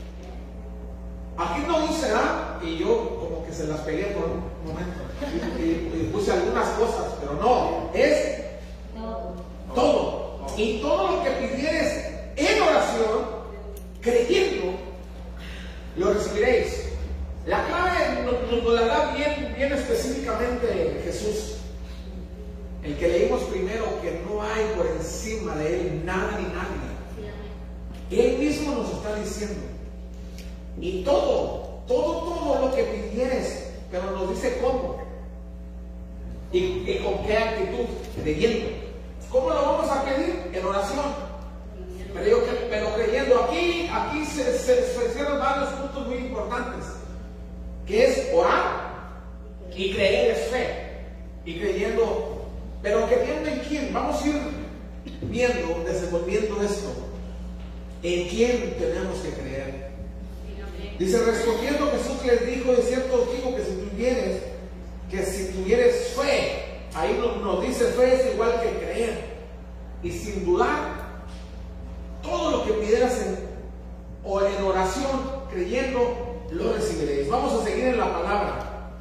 B: Aquí no dice, ah, y yo como que se las pegué por un momento y, y- y puse algunas cosas, pero no, es todo. Y todo lo que pidieres en oración, creyendo, lo recibiréis. La clave nos, nos la da bien, bien específicamente Jesús, el que leímos primero, que no hay por encima de Él nada ni nadie. Él mismo nos está diciendo. Y todo, todo, todo lo que pidieres, pero nos dice cómo. Y, y con qué actitud, creyendo. ¿Cómo lo vamos a pedir? En oración. Pero, yo, pero creyendo. Aquí, aquí se, se, se cierran varios puntos muy importantes, que es orar y creer es fe. Y creyendo. Pero creyendo en quién. Vamos a ir viendo, desenvolviendo esto. ¿En quién tenemos que creer? Dice, respondiendo Jesús les dijo, de cierto os digo que si tuvieres, que si tuvieres fe, ahí nos, nos dice fe es igual que creer, y sin dudar, todo lo que pidieras en, o en oración, creyendo, lo recibiréis. Vamos a seguir en la palabra.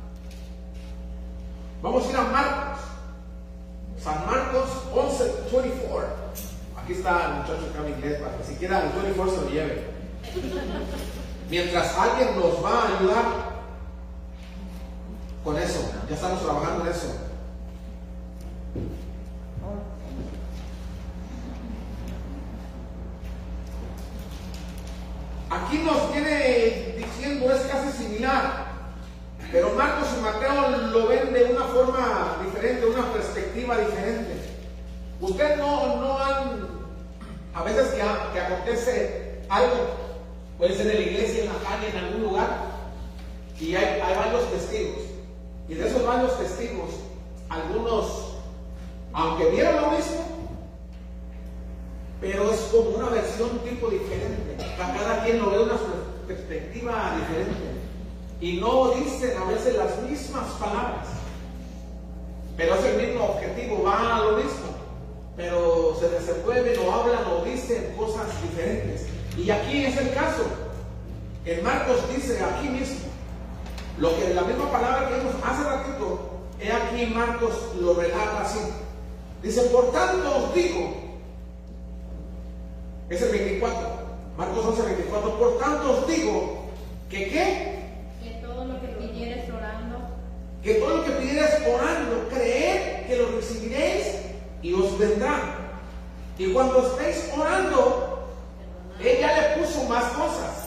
B: Vamos a ir a Marcos. San Marcos once veinticuatro. Aquí está el muchacho que habla inglés para que siquiera el veinticuatro se lo lleve. Mientras alguien nos va a ayudar con eso. Ya estamos trabajando en eso. Aquí nos viene diciendo, es casi similar, pero Marcos y Mateo lo ven de una forma diferente, una perspectiva diferente. Ustedes no, no han, a veces que, que acontece algo, puede ser en la iglesia, en la calle, en algún lugar, y hay, hay varios testigos, y de esos varios testigos, algunos, aunque vieron lo mismo, pero es como una versión tipo diferente. Cada quien lo ve de una perspectiva diferente. Y no dicen a veces las mismas palabras. Pero es el mismo objetivo, va a lo mismo. Pero se desenvuelven o hablan o dicen cosas diferentes. Y aquí es el caso. En Marcos dice aquí mismo. Lo que la misma palabra que vimos hace ratito, he aquí Marcos lo relata así. Dice, por tanto os digo. Es el veinticuatro, Marcos once, veinticuatro. Por tanto os digo que ¿qué?
D: Que todo lo que pidieres orando,
B: que todo lo que pidieres orando, creed que lo recibiréis y os vendrá. Y cuando estéis orando, ella le puso más cosas.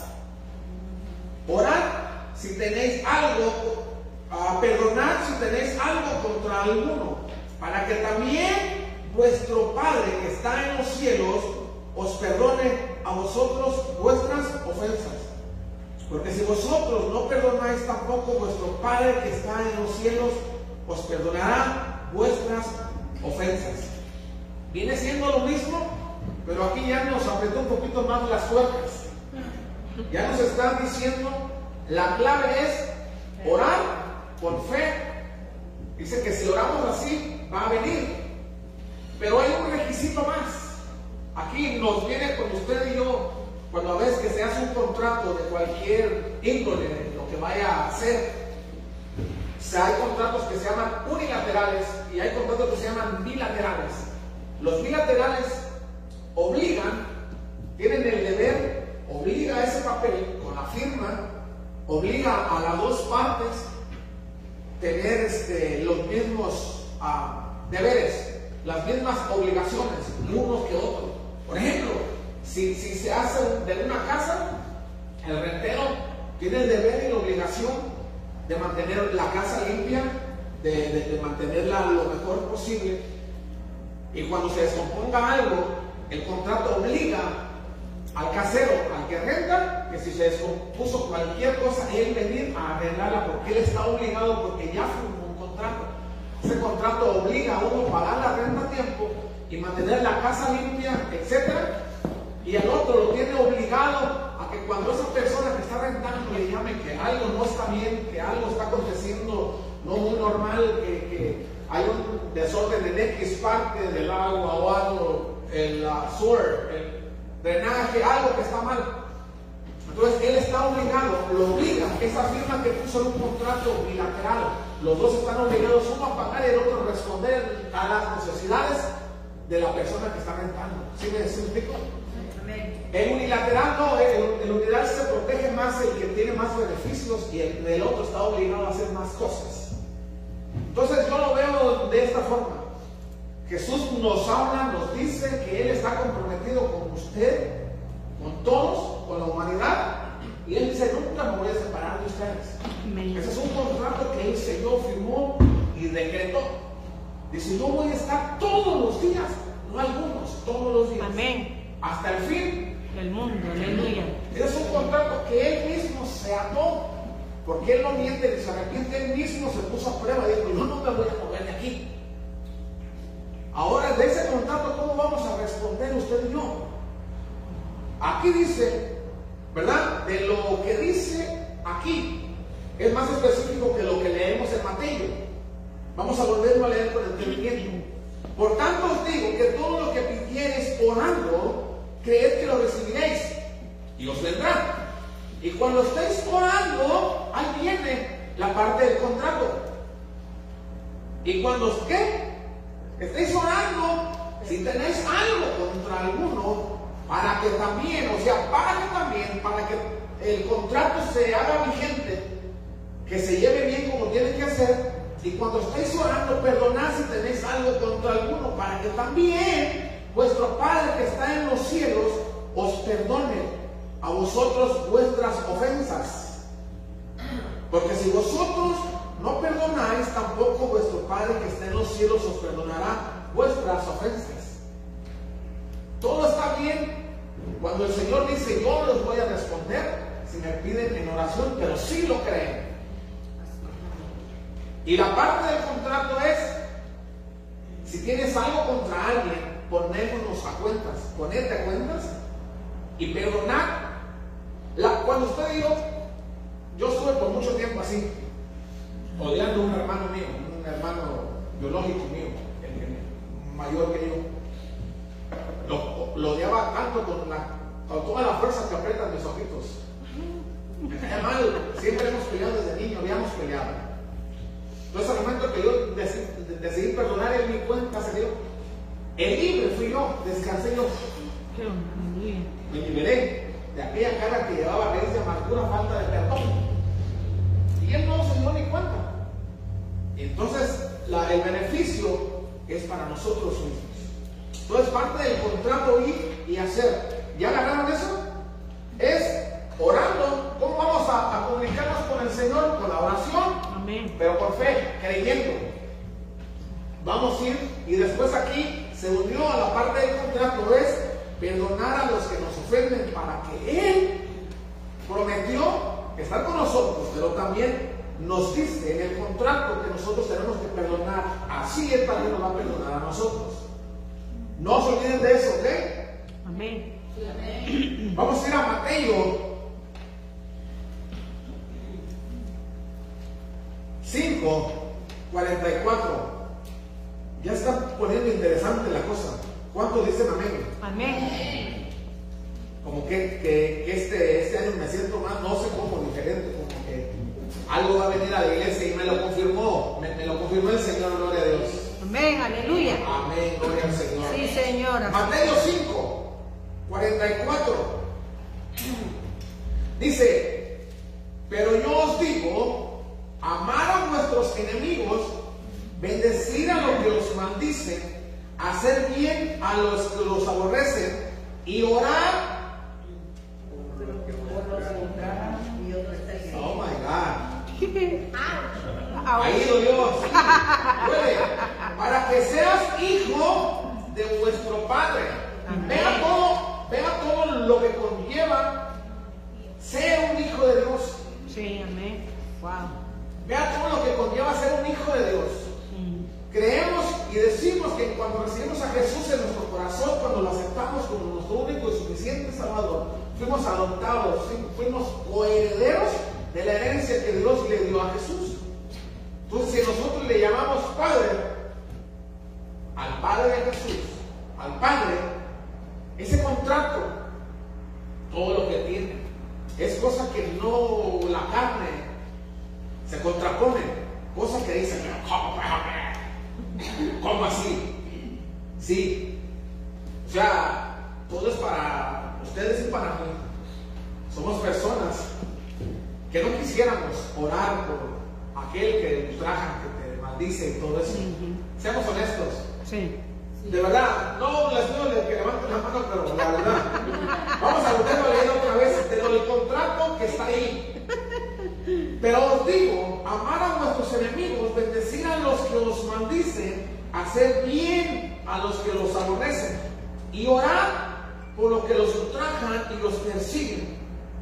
B: Orad si tenéis algo, uh, perdonad si tenéis algo contra alguno, para que también vuestro Padre que está en los cielos os perdone a vosotros vuestras ofensas. Porque si vosotros no perdonáis, tampoco vuestro Padre que está en los cielos os perdonará vuestras ofensas. Viene siendo lo mismo, pero aquí ya nos apretó un poquito más las tuercas. Ya nos están diciendo, la clave es orar con fe. Dice que si oramos así, va a venir. Pero hay un requisito más. Aquí nos viene con usted y yo, cuando a veces que se hace un contrato de cualquier índole, lo que vaya a hacer, o sea, hay contratos que se llaman unilaterales y hay contratos que se llaman bilaterales. Los bilaterales obligan, tienen el deber, obliga a ese papel con la firma, obliga a las dos partes tener este, los mismos uh, deberes, las mismas obligaciones, unos que otros. Por ejemplo, si, si se hace de una casa, el rentero tiene el deber y la obligación de mantener la casa limpia, de, de, de mantenerla lo mejor posible. Y cuando se descomponga algo, el contrato obliga al casero, al que renta, que si se descompuso cualquier cosa, él venir a arreglarla, porque él está obligado, porque ya firmó un contrato. Ese contrato obliga a uno a pagar la renta a tiempo y mantener la casa limpia, etcétera. Y al otro lo tiene obligado a que cuando esa persona que está rentando le llame que algo no está bien, que algo está aconteciendo no muy normal, que, que hay un desorden en X parte del agua o algo, el uh, sewer, el drenaje, algo que está mal. Entonces él está obligado, lo obliga, esa firma que puso en un contrato bilateral, los dos están obligados uno a pagar y el otro a responder a las necesidades de la persona que está rentando. ¿Sí me explico? El unilateral no, el, el unilateral se protege más el que tiene más beneficios y el, el otro está obligado a hacer más cosas. Entonces yo lo veo de esta forma. Jesús nos habla, nos dice que Él está comprometido con usted, con todos, con la humanidad, y Él dice, nunca me voy a separar de ustedes. Ese es un contrato que Él selló, firmó y decretó. Dice, yo voy a estar todos los días, no algunos, todos los días.
E: Amén.
B: Hasta el fin
E: del mundo, aleluya.
B: Es un contrato que Él mismo se ató, porque Él no miente ni se arrepiente, Él mismo se puso a prueba y dijo, yo no me voy a mover de aquí. Ahora, de ese contrato, ¿cómo vamos a responder usted y yo? Aquí dice, ¿verdad? De lo que dice aquí, es más específico que lo que leemos en Mateo. Vamos a volverlo a leer con entendimiento. Por tanto os digo que todo lo que pidiereis orando, creed que lo recibiréis y os vendrá. Y cuando estéis orando, ahí viene la parte del contrato. Y cuando ¿qué? estéis orando, si tenéis algo contra alguno, para que también, o sea, para que también, para que el contrato se haga vigente, que se lleve bien como tiene que hacer, y cuando estéis orando, perdonad si tenéis algo contra alguno, para que también vuestro Padre que está en los cielos os perdone a vosotros vuestras ofensas. Porque si vosotros no perdonáis, tampoco vuestro Padre que está en los cielos os perdonará vuestras ofensas. Todo está bien cuando el Señor dice: yo los voy a responder si me piden en oración, pero sí lo creen. Y la parte del contrato es: si tienes algo contra alguien, ponémonos a cuentas, ponete a cuentas y perdonar. La, cuando usted y yo, yo estuve por mucho tiempo así, odiando a un hermano mío, un hermano biológico mío, el que, mayor que yo. Lo, lo odiaba tanto con, la, con toda la fuerza que aprietan mis ojitos. Me caía mal, siempre hemos peleado desde niño, habíamos peleado. Entonces al momento que yo decidí, decidí perdonar, en mi cuenta se dio. El libre fui yo, descansé yo. Me liberé de aquella cara que llevaba raíz de amargura, falta de perdón. Y él no se dio ni cuenta. Y entonces la, el beneficio es para nosotros mismos. Entonces parte del contrato ir y hacer. ¿Ya agarraron eso? Es orando. ¿Cómo vamos a, a comunicarnos con el Señor? Con la oración. Amén. Pero por fe, creyendo. Vamos a ir, y después aquí se unió a la parte del contrato, es perdonar a los que nos ofenden, para que Él prometió estar con nosotros, pero también nos dice en el contrato que nosotros tenemos que perdonar. Así Él también nos va a perdonar a nosotros. No se olviden de eso, ¿ok?
E: Amén.
B: Amén. Vamos a ir a Mateo cinco, cuarenta y cuatro. Ya está poniendo interesante la cosa. ¿Cuántos dicen amén?
E: Amén.
B: Como que, que, que este, este año me siento más, no sé cómo, diferente, como que algo va a venir a la iglesia, y me lo confirmó, me, me lo confirmó el Señor, gloria a Dios.
E: Amén, aleluya.
B: Amén, gloria al Señor.
E: Sí, señora.
B: Mateo cinco, cuarenta y cuatro. Dice: pero yo os digo, amar a vuestros enemigos, bendecir a los que os maldicen, hacer bien a los que los aborrecen, y orar. Oh my God. Ahí lo Dios. Duele. Para que seas hijo de vuestro Padre. Vea todo, vea todo lo que conlleva ser un hijo de Dios.
E: Sí, amén. Wow.
B: Vea todo lo que conlleva ser un hijo de Dios. Creemos y decimos que cuando recibimos a Jesús en nuestro corazón, cuando lo aceptamos como nuestro único y suficiente Salvador, fuimos adoptados, fuimos coherederos de la herencia que Dios le dio a Jesús. Entonces, si nosotros le llamamos Padre, al Padre de Jesús, al Padre, ese contrato, todo lo que tiene, es cosa que no la carne se contrapone, cosas que dicen: ¿cómo, ¿cómo así? Sí, o sea, todo es para ustedes y para mí. Somos personas que no quisiéramos orar por aquel que ultraja, que te maldice y todo eso. Uh-huh. Seamos honestos.
E: Sí.
B: De verdad, no les pido que levanten la mano, pero la verdad. Vamos a volverlo a leer otra vez, de lo del contrato que está ahí. Pero os digo, amar a vuestros enemigos, bendecir a los que os maldicen, hacer bien a los que los aborrecen, y orar por los que los ultrajan y los persiguen.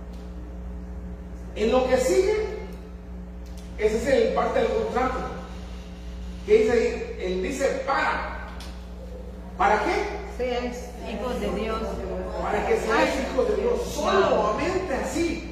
B: En lo que sigue, ese es el parte del contrato. ¿Qué dice ahí? Él dice: para. ¿Para qué?
E: Seas hijos de Dios.
B: Para que seas hijos de Dios. Solamente así.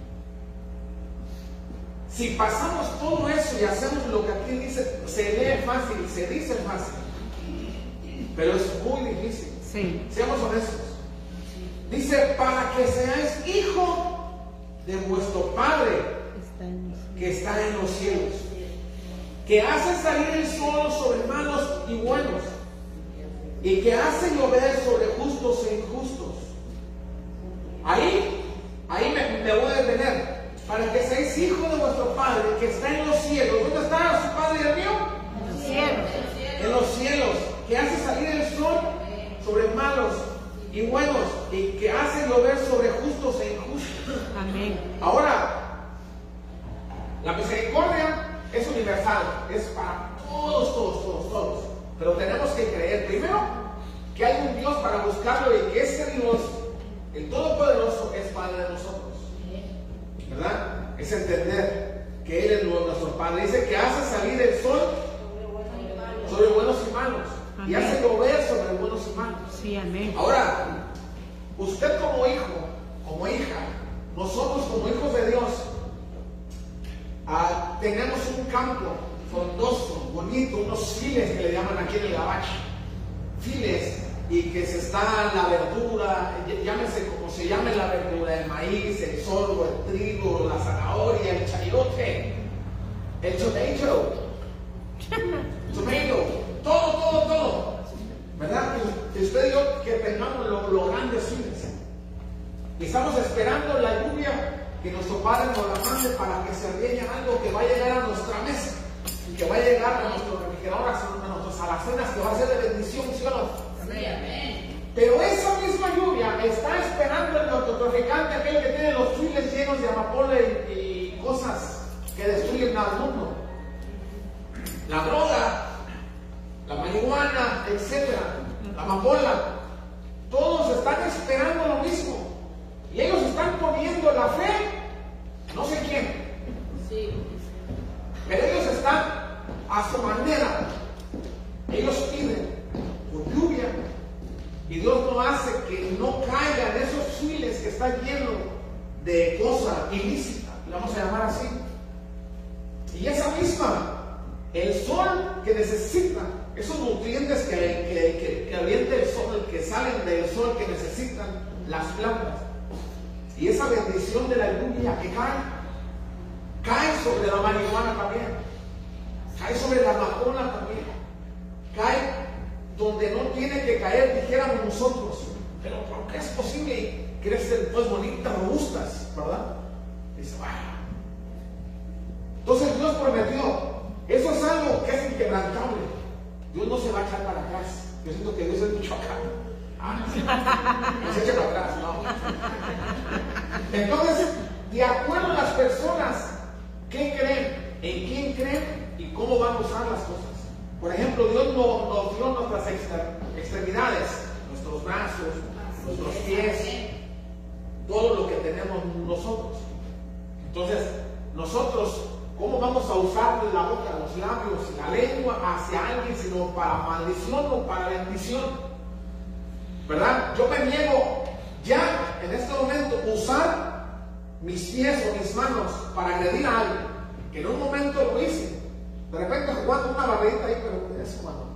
B: Si pasamos todo eso y hacemos lo que aquí dice, se lee fácil, se dice fácil, pero es muy difícil.
E: Sí.
B: Seamos honestos. Dice: para que seáis hijo de vuestro Padre que está en los cielos, que hace salir el sol sobre malos y buenos, y que hace llover sobre justos e injustos. Ahí, ahí me, me voy a detener. Para que seáis hijos de vuestro Padre que está en los cielos. ¿Dónde está su Padre y el mío?
E: En los cielos.
B: En los cielos, que hace salir el sol sobre malos y buenos, y que hace llover sobre justos e injustos.
E: Amén.
B: Ahora, la misericordia es universal, es para todos, todos, todos, todos. Pero tenemos que creer primero que hay un Dios para buscarlo y que ese Dios, el Todopoderoso, es Padre de nosotros. ¿Verdad? Es entender que Él es nuestro Padre. Dice que hace salir el sol sobre buenos y malos. Amén. Y hace llover sobre buenos y malos.
E: Sí, amén.
B: Ahora, usted como hijo, como hija, nosotros como hijos de Dios, uh, tenemos un campo frondoso, bonito, unos files que le llaman aquí en el gabacho. Files, y que se está la verdura, llámese como se llame la verdura, el maíz, el sorgo, el trigo, la zanahoria, el chayote, el tomato, tomato, todo, todo, todo, ¿verdad? Y usted y yo que tengamos los lo grandes files. Y estamos esperando la lluvia que nuestro Padre nos la mande para que se riegue algo que va a llegar a nuestra mesa y que va a llegar a nuestro refrigerador, a nuestras alacenas, que va a ser de bendición, ¿sí o no? Pero esa misma lluvia está esperando el narcotraficante, aquel que tiene los files llenos de amapola y, y cosas que destruyen al mundo. La droga, la marihuana, etcétera, la amapola, todos están esperando lo mismo. Y ellos están poniendo la fe, no sé quién, sí. Pero ellos están a su manera. Ellos piden por lluvia, y Dios no hace que no caigan esos files que están llenos de cosa ilícita, le vamos a llamar así. Y esa misma, el sol que necesita, esos nutrientes que, que, que, que avienta el sol, que salen del sol, que necesitan las plantas, y esa bendición de la lluvia que cae, cae sobre la marihuana también, cae sobre la amapola también, cae donde no tiene que caer, dijéramos nosotros. Pero ¿por qué es posible? Crecen pues bonitas, robustas, ¿verdad? Dice, vaya. Entonces Dios prometió, eso es algo que es inquebrantable. Dios no se va a echar para atrás. Yo siento que Dios es mucho acá. Ah, no se echa para atrás, no. Entonces, de acuerdo a las personas, ¿qué creen? ¿En quién creen? ¿Y cómo van a usar las cosas? Por ejemplo, Dios nos, nos dio nuestras extremidades, nuestros brazos, nuestros pies, todo lo que tenemos nosotros. Entonces, nosotros, ¿cómo vamos a usar la boca, los labios, la lengua hacia alguien, sino para maldición o para bendición? ¿Verdad? Yo me niego ya en este momento usar mis pies o mis manos para agredir a alguien, que en un momento lo hice. De repente jugando una barrita ahí, pero es cuando.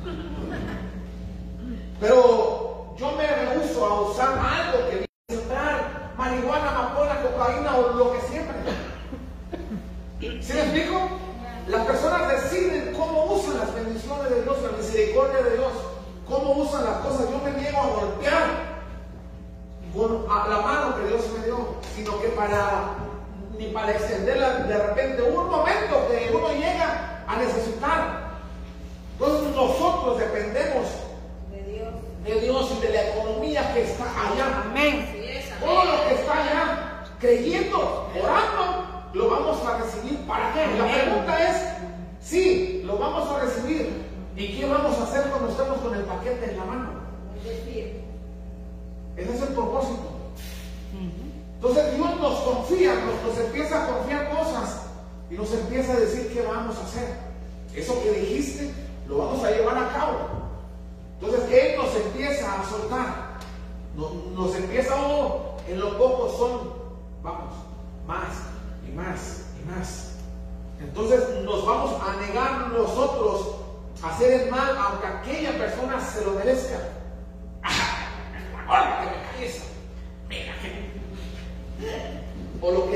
B: Pero yo me rehuso a usar algo que viene a sembrar marihuana, amapola, cocaína o lo que siempre. ¿Sí me explico? Las personas deciden cómo usan las bendiciones de Dios, la misericordia de Dios, cómo usan las cosas. Yo me niego a golpear con la mano que Dios me dio, sino que para ni para extenderla de repente, un momento que uno llega a necesitar. Entonces nosotros dependemos de Dios, de Dios y de la economía que está allá.
E: Amén.
B: Todo lo que está allá, creyendo, orando, lo vamos a recibir. ¿Para qué? La pregunta es, sí, lo vamos a recibir. ¿Y qué vamos a hacer cuando estemos con el paquete en la mano? Ese es el propósito. Entonces Dios nos confía, nos, nos empieza a confiar cosas y nos empieza a decir qué vamos a hacer. Eso que dijiste, lo vamos a llevar a cabo. Entonces Él nos empieza a soltar, nos, nos empieza, oh, en lo poco son, vamos, más y más y más. Entonces nos vamos a negar nosotros a hacer el mal, aunque aquella persona se lo merezca. Ahora que me calles, mira que... O lo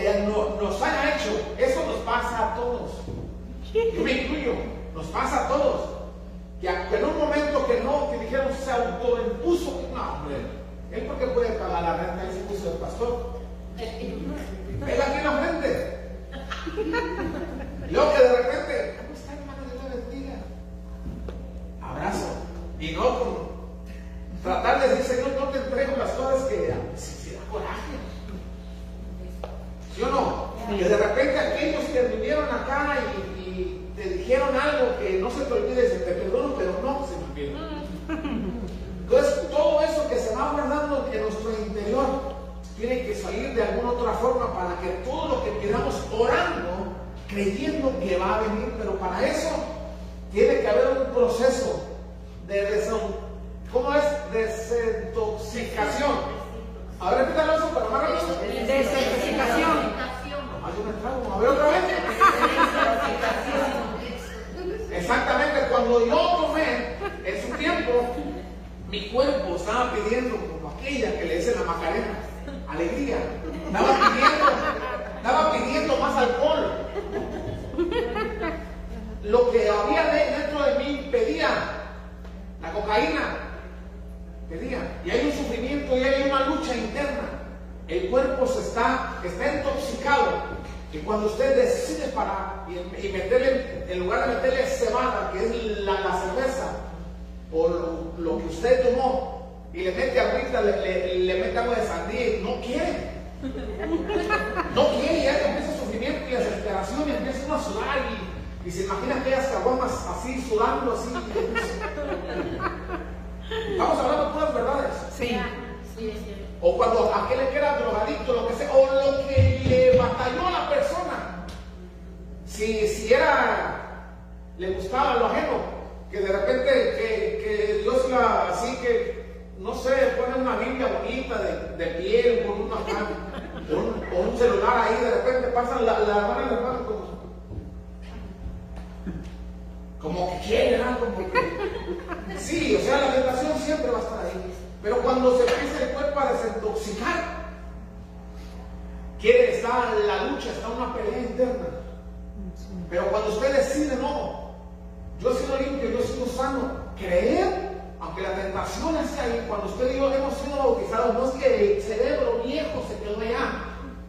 B: eso nos pasa a todos. Yo me incluyo, nos pasa a todos. Que en un momento que no, que dijeron se autoimpuso, no, hombre, él porque puede pagar la renta, él se puso el pastor. Él aquí en la frente. Luego que de repente, ¿cómo está, hermano? Dios le bendiga. Abrazo. Y no con tratar de decir, Señor, no te entrego las cosas que si da coraje. ¿Sí o no? Sí. Que de repente aquellos que vinieron acá y, y te dijeron algo que no se te olvide, se te perdono, pero no se me olvida. Entonces, todo eso que se va guardando en nuestro interior tiene que salir de alguna otra forma para que todo lo que pidamos orando, creyendo que va a venir, pero para eso tiene que haber un proceso de desintoxicación. ¿Cómo es? Desintoxicación. Ahora repítalo eso para más rápido.
E: Desintoxicación.
B: Nomás yo me trago. A ver otra vez. Exactamente, cuando yo tomé en su tiempo, mi cuerpo estaba pidiendo, como aquella que le dice la Macarena, alegría. Estaba pidiendo, estaba pidiendo más alcohol. Lo que había dentro de mí pedía la cocaína. Pedía. Y hay un sufrimiento y hay una lucha interna. El cuerpo se está, está intoxicado. Y cuando usted decide parar y, y meterle, en lugar de meterle cebada, que es la, la cerveza, o lo, lo que usted tomó, y le mete agüita, le, le, le mete agua de sandía, y no quiere. No quiere, y ya empieza el sufrimiento y la desesperación, y empieza uno a sudar, y, y se imagina aquellas caguamas así, sudando así. Estamos hablando de puras verdades.
E: Sí.
B: O cuando aquel que era drogadicto, lo que sea, o lo que le batalló a la persona. Si, si era, le gustaba lo ajeno, que de repente que, que Dios la, así que, no sé, pone una Biblia bonita de, de piel, con una o un, o un celular ahí, de repente pasan la, la mano y la mano como, como que quieren algo, porque sí, o sea, la tentación siempre va a estar ahí. Pero cuando se empieza el cuerpo a desintoxicar, quiere estar en la lucha, está una pelea interna. Pero cuando usted decide, no, yo he sido limpio, yo he sido sano, creer, aunque la tentación esté ahí, cuando usted y yo hemos sido bautizados, no es que el cerebro viejo se quedó allá.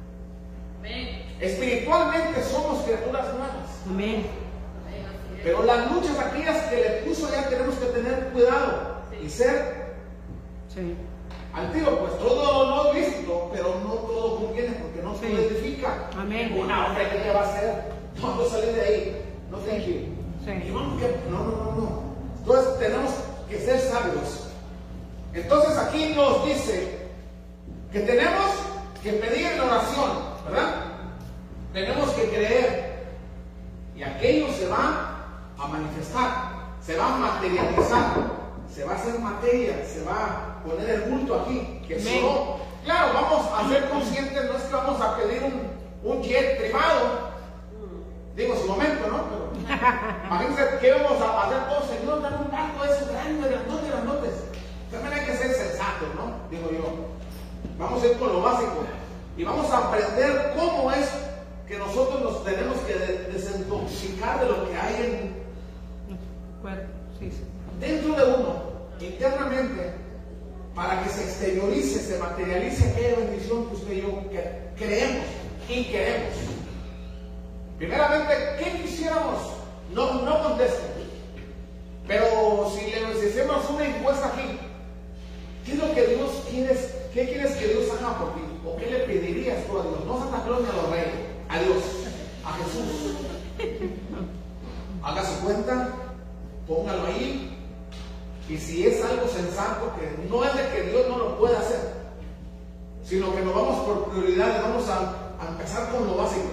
B: Espiritualmente somos criaturas nuevas.
E: Amén.
B: Pero las luchas aquellas que le puso ya tenemos que tener cuidado y ser
E: Sí.
B: antiguo, pues todo no es lícito, pero no todo conviene porque no se
E: Sí.
B: edifica.
E: Amén.
B: Una hombre, ¿qué va a hacer? No, no salir de ahí. No thank you.
E: Sí.
B: Y vamos, ¿qué? No, no, no, no. Entonces tenemos que ser sabios. Entonces aquí nos dice que tenemos que pedir en oración, ¿verdad? Tenemos que creer. Y aquello se va a manifestar, se va a materializar, se va a hacer materia, se va a poner el bulto aquí. Que si no, claro, vamos a ser conscientes, no es que vamos a pedir un, un jet privado, digo, en su momento, ¿no? Pero imagínense que vamos a hacer todos, Señor, dame un barco de esos grandes, grandotes, grandotes. También hay que ser sensatos, ¿no? Digo yo. Vamos a ir con lo básico y vamos a aprender cómo es que nosotros nos tenemos que desintoxicar de lo que hay en
E: Cuerpo, sí, sí.
B: dentro de uno, internamente, para que se exteriorice, se materialice aquella bendición que usted y yo que creemos y queremos. Primeramente, ¿qué quisiéramos? No, no contesten. Pero si le hacemos una encuesta aquí, ¿qué es lo que Dios quieres? ¿Qué quieres que Dios haga por ti? ¿O qué le pedirías tú a Dios? No a Santa Claus ni a los reyes, a Dios, a Jesús. Haga su cuenta, póngalo ahí, y si es algo sensato, que no es de que Dios no lo pueda hacer, sino que nos vamos por prioridades, vamos a, a empezar con lo básico.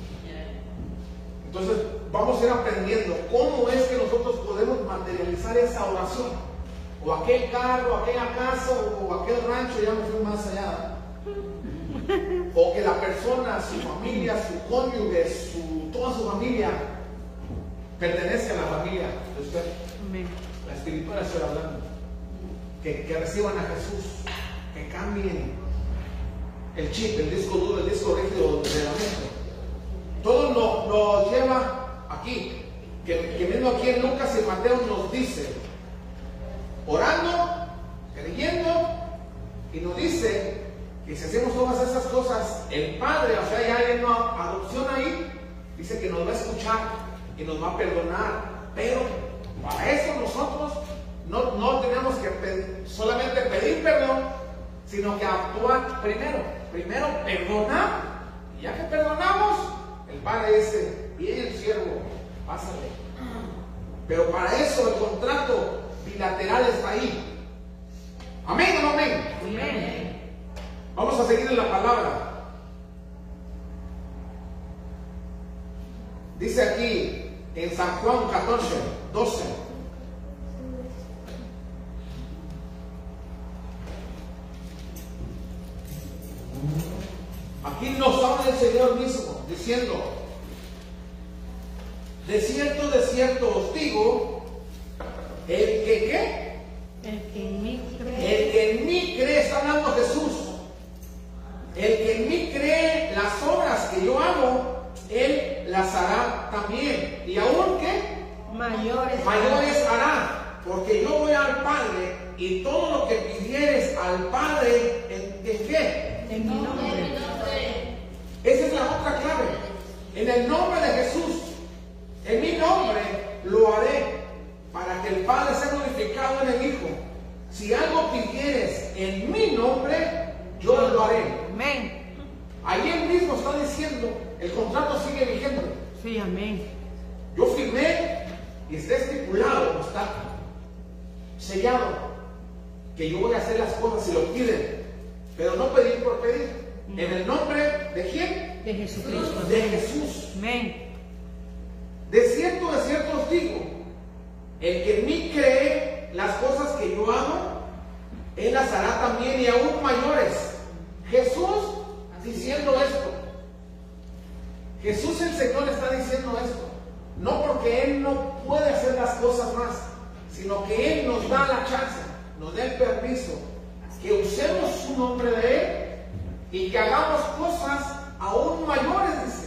B: Entonces vamos a ir aprendiendo cómo es que nosotros podemos materializar esa oración, o aquel carro, aquella casa, o aquel rancho, ya me fui más allá, o que la persona, su familia, su cónyuge, su, toda su familia pertenezca a la familia de usted.
E: Amén.
B: La espiritual estoy hablando, que, que reciban a Jesús, que cambien el chip, el disco duro, el disco rígido de la mente. Todo lo lleva aquí, que, que mismo aquí en Lucas y Mateo nos dice, orando, creyendo, y nos dice que si hacemos todas esas cosas, el Padre, o sea, ya hay una adopción ahí, dice que nos va a escuchar y nos va a perdonar, pero para eso nosotros no, no tenemos que pedir, solamente pedir perdón, sino que actuar primero, primero perdonar, y ya que perdonamos, el Padre dice, bien siervo, pásale. Pero para eso el contrato bilateral está ahí. ¿Amén o no amén?
E: Amén.
B: Vamos a seguir en la palabra. Dice aquí en San Juan catorce, doce. Aquí nos habla el Señor mismo diciendo, de cierto, de cierto os digo, el que ¿qué?
E: El que en mí
B: El
E: cree.
B: que en mí cree, está hablando Jesús. El que en mí cree las obras que yo hago, él las hará también. Y aún que
E: Mayores.
B: mayores hará, porque yo voy al Padre y todo lo que pidieres al Padre, ¿en, en qué?
E: En mi nombre.
B: Esa es la otra clave. En el nombre de Jesús, en mi nombre lo haré, para que el Padre sea glorificado en el Hijo. Si algo pidieres en mi nombre, yo lo haré.
E: Amén.
B: Ahí él mismo está diciendo, el contrato sigue vigente.
E: Sí, amén.
B: Yo firmé y está estipulado, está sellado, que yo voy a hacer las cosas si lo piden, pero no pedir por pedir.
E: No.
B: En el nombre de quién?
E: De Jesucristo.
B: De
E: Amén.
B: Jesús.
E: Amén.
B: De cierto, de cierto os digo, el que en mí cree las cosas que yo hago, él las hará también y aún mayores. Jesús diciendo esto. Jesús el Señor está diciendo esto. No porque Él no puede hacer las cosas más, sino que Él nos da la chance, nos da el permiso, que usemos su nombre de Él y que hagamos cosas aún mayores, dice.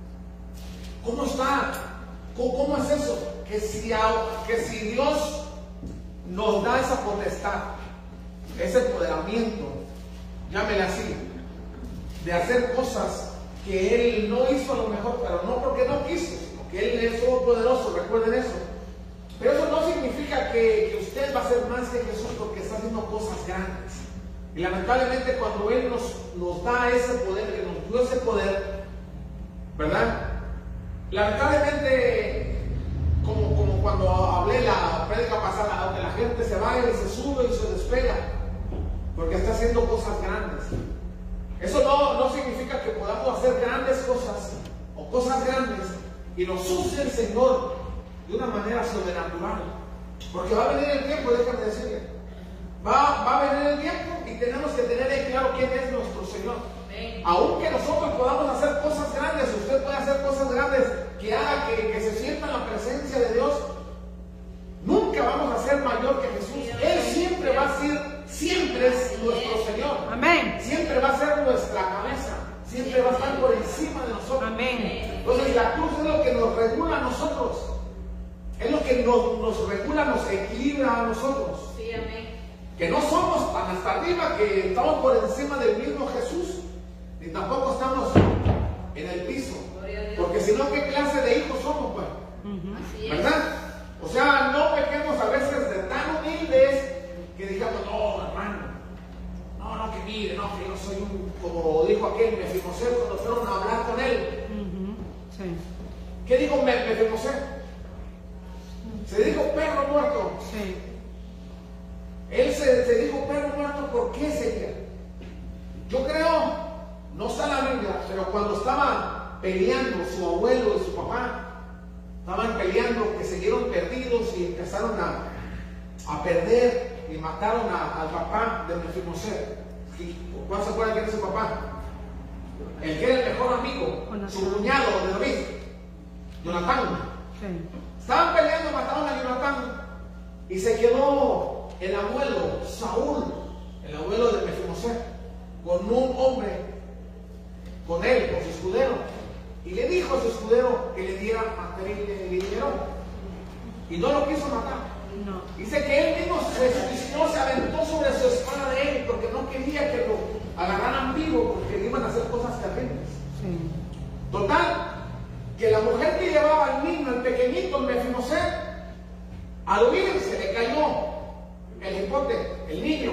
B: ¿Cómo está? ¿Cómo, cómo es eso? Que si, que si Dios nos da esa potestad, ese empoderamiento, llámele así, de hacer cosas que Él no hizo a lo mejor, pero no porque no quiso, sino que Él es todopoderoso, recuerden eso. Pero eso no significa que, que usted va a ser más que Jesús porque está haciendo cosas grandes. Y lamentablemente cuando Él nos, nos da ese poder, que nos dio ese poder, ¿verdad? Lamentablemente, como, como cuando hablé la prédica pasada, donde la gente se va y se sube y se despega, porque está haciendo cosas grandes. Eso no, no significa que podamos hacer grandes cosas o cosas grandes y nos use el Señor de una manera sobrenatural. Porque va a venir el tiempo, déjame decirle, va, va a venir el tiempo y tenemos que tener en claro quién es nuestro Señor. Aunque nosotros podamos hacer cosas grandes, usted puede hacer cosas grandes que haga que, que se sienta en la presencia de Dios, nunca vamos a ser mayor que Jesús. Él siempre va a ser, siempre es nuestro Señor.
E: Amén.
B: Siempre va a ser nuestra cabeza, siempre va a estar por encima de nosotros.
E: Amén.
B: Entonces la cruz es lo que nos regula a nosotros, es lo que nos, nos regula, nos equilibra a nosotros.
D: Sí, amén.
B: Que no somos tan hasta arriba que estamos por encima del mismo Jesús, ni tampoco estamos en el piso, porque si no, ¿qué clase de hijos somos, pues?
E: Ujú.
D: Así es.
B: ¿Verdad? O sea, no pequemos a veces de tan humildes que digamos, no, hermano, no, no, que mire, no, que yo soy un, como dijo aquel Mefibosé cuando fueron a hablar con él.
E: Ujú. Sí.
B: ¿Qué dijo Me- Mefibosé? Se dijo perro muerto.
E: Sí.
B: Él se, se dijo perro muerto, ¿por qué sería? Yo creo, no está en la Biblia, pero cuando estaban peleando su abuelo y su papá, estaban peleando, que siguieron perdidos y empezaron a, a perder y mataron a, al papá de Mefibosé. ¿Cuál se acuerda quién es su papá? El que era el mejor amigo, su cuñado de David, Jonatán.
E: Sí.
B: Estaban peleando, mataron a Jonatán y se quedó el abuelo Saúl, el abuelo de Mefibosé, con un hombre, con él, con su escudero. y le dijo a su escudero que le diera material dinero. Y no lo quiso matar.
E: No.
B: Dice que él mismo se suicidó, se aventó sobre su espada de él porque no quería que lo agarraran vivo, porque le iban a hacer cosas terribles.
E: Sí.
B: Total, que la mujer que llevaba al niño, el pequeñito, el Mefiboset, al huir se le cayó el hipote, el niño.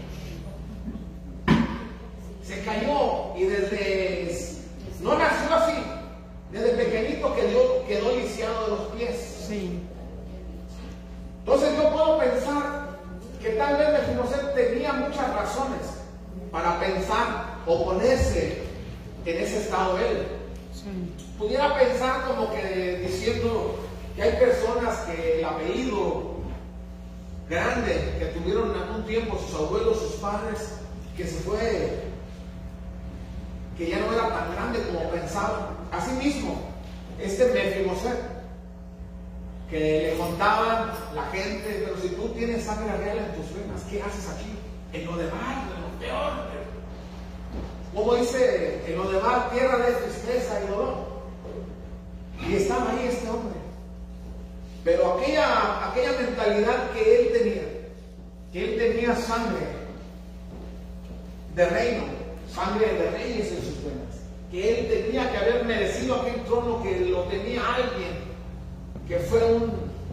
B: Se cayó y desde, no nació así, desde pequeñito quedó, quedó lisiado de los pies.
E: Sí.
B: Entonces yo puedo pensar que tal vez Mefiboset tenía muchas razones para pensar o ponerse en ese estado él.
E: Sí.
B: Pudiera pensar como que diciendo que hay personas que el apellido grande que tuvieron en algún tiempo sus abuelos, sus padres, que se fue, que ya no era tan grande como pensaban. Asimismo, este Mefiboset, que le contaban la gente, pero si tú tienes sangre real en tus venas, ¿qué haces aquí? En lo de mal, en lo peor. Como dice, en lo de mal, tierra de tristeza y dolor. Y estaba ahí este hombre. Pero aquella, aquella mentalidad que él tenía, que él tenía sangre de reino, sangre de reyes en sus venas, que él tenía que haber merecido aquel trono que lo tenía alguien que fue un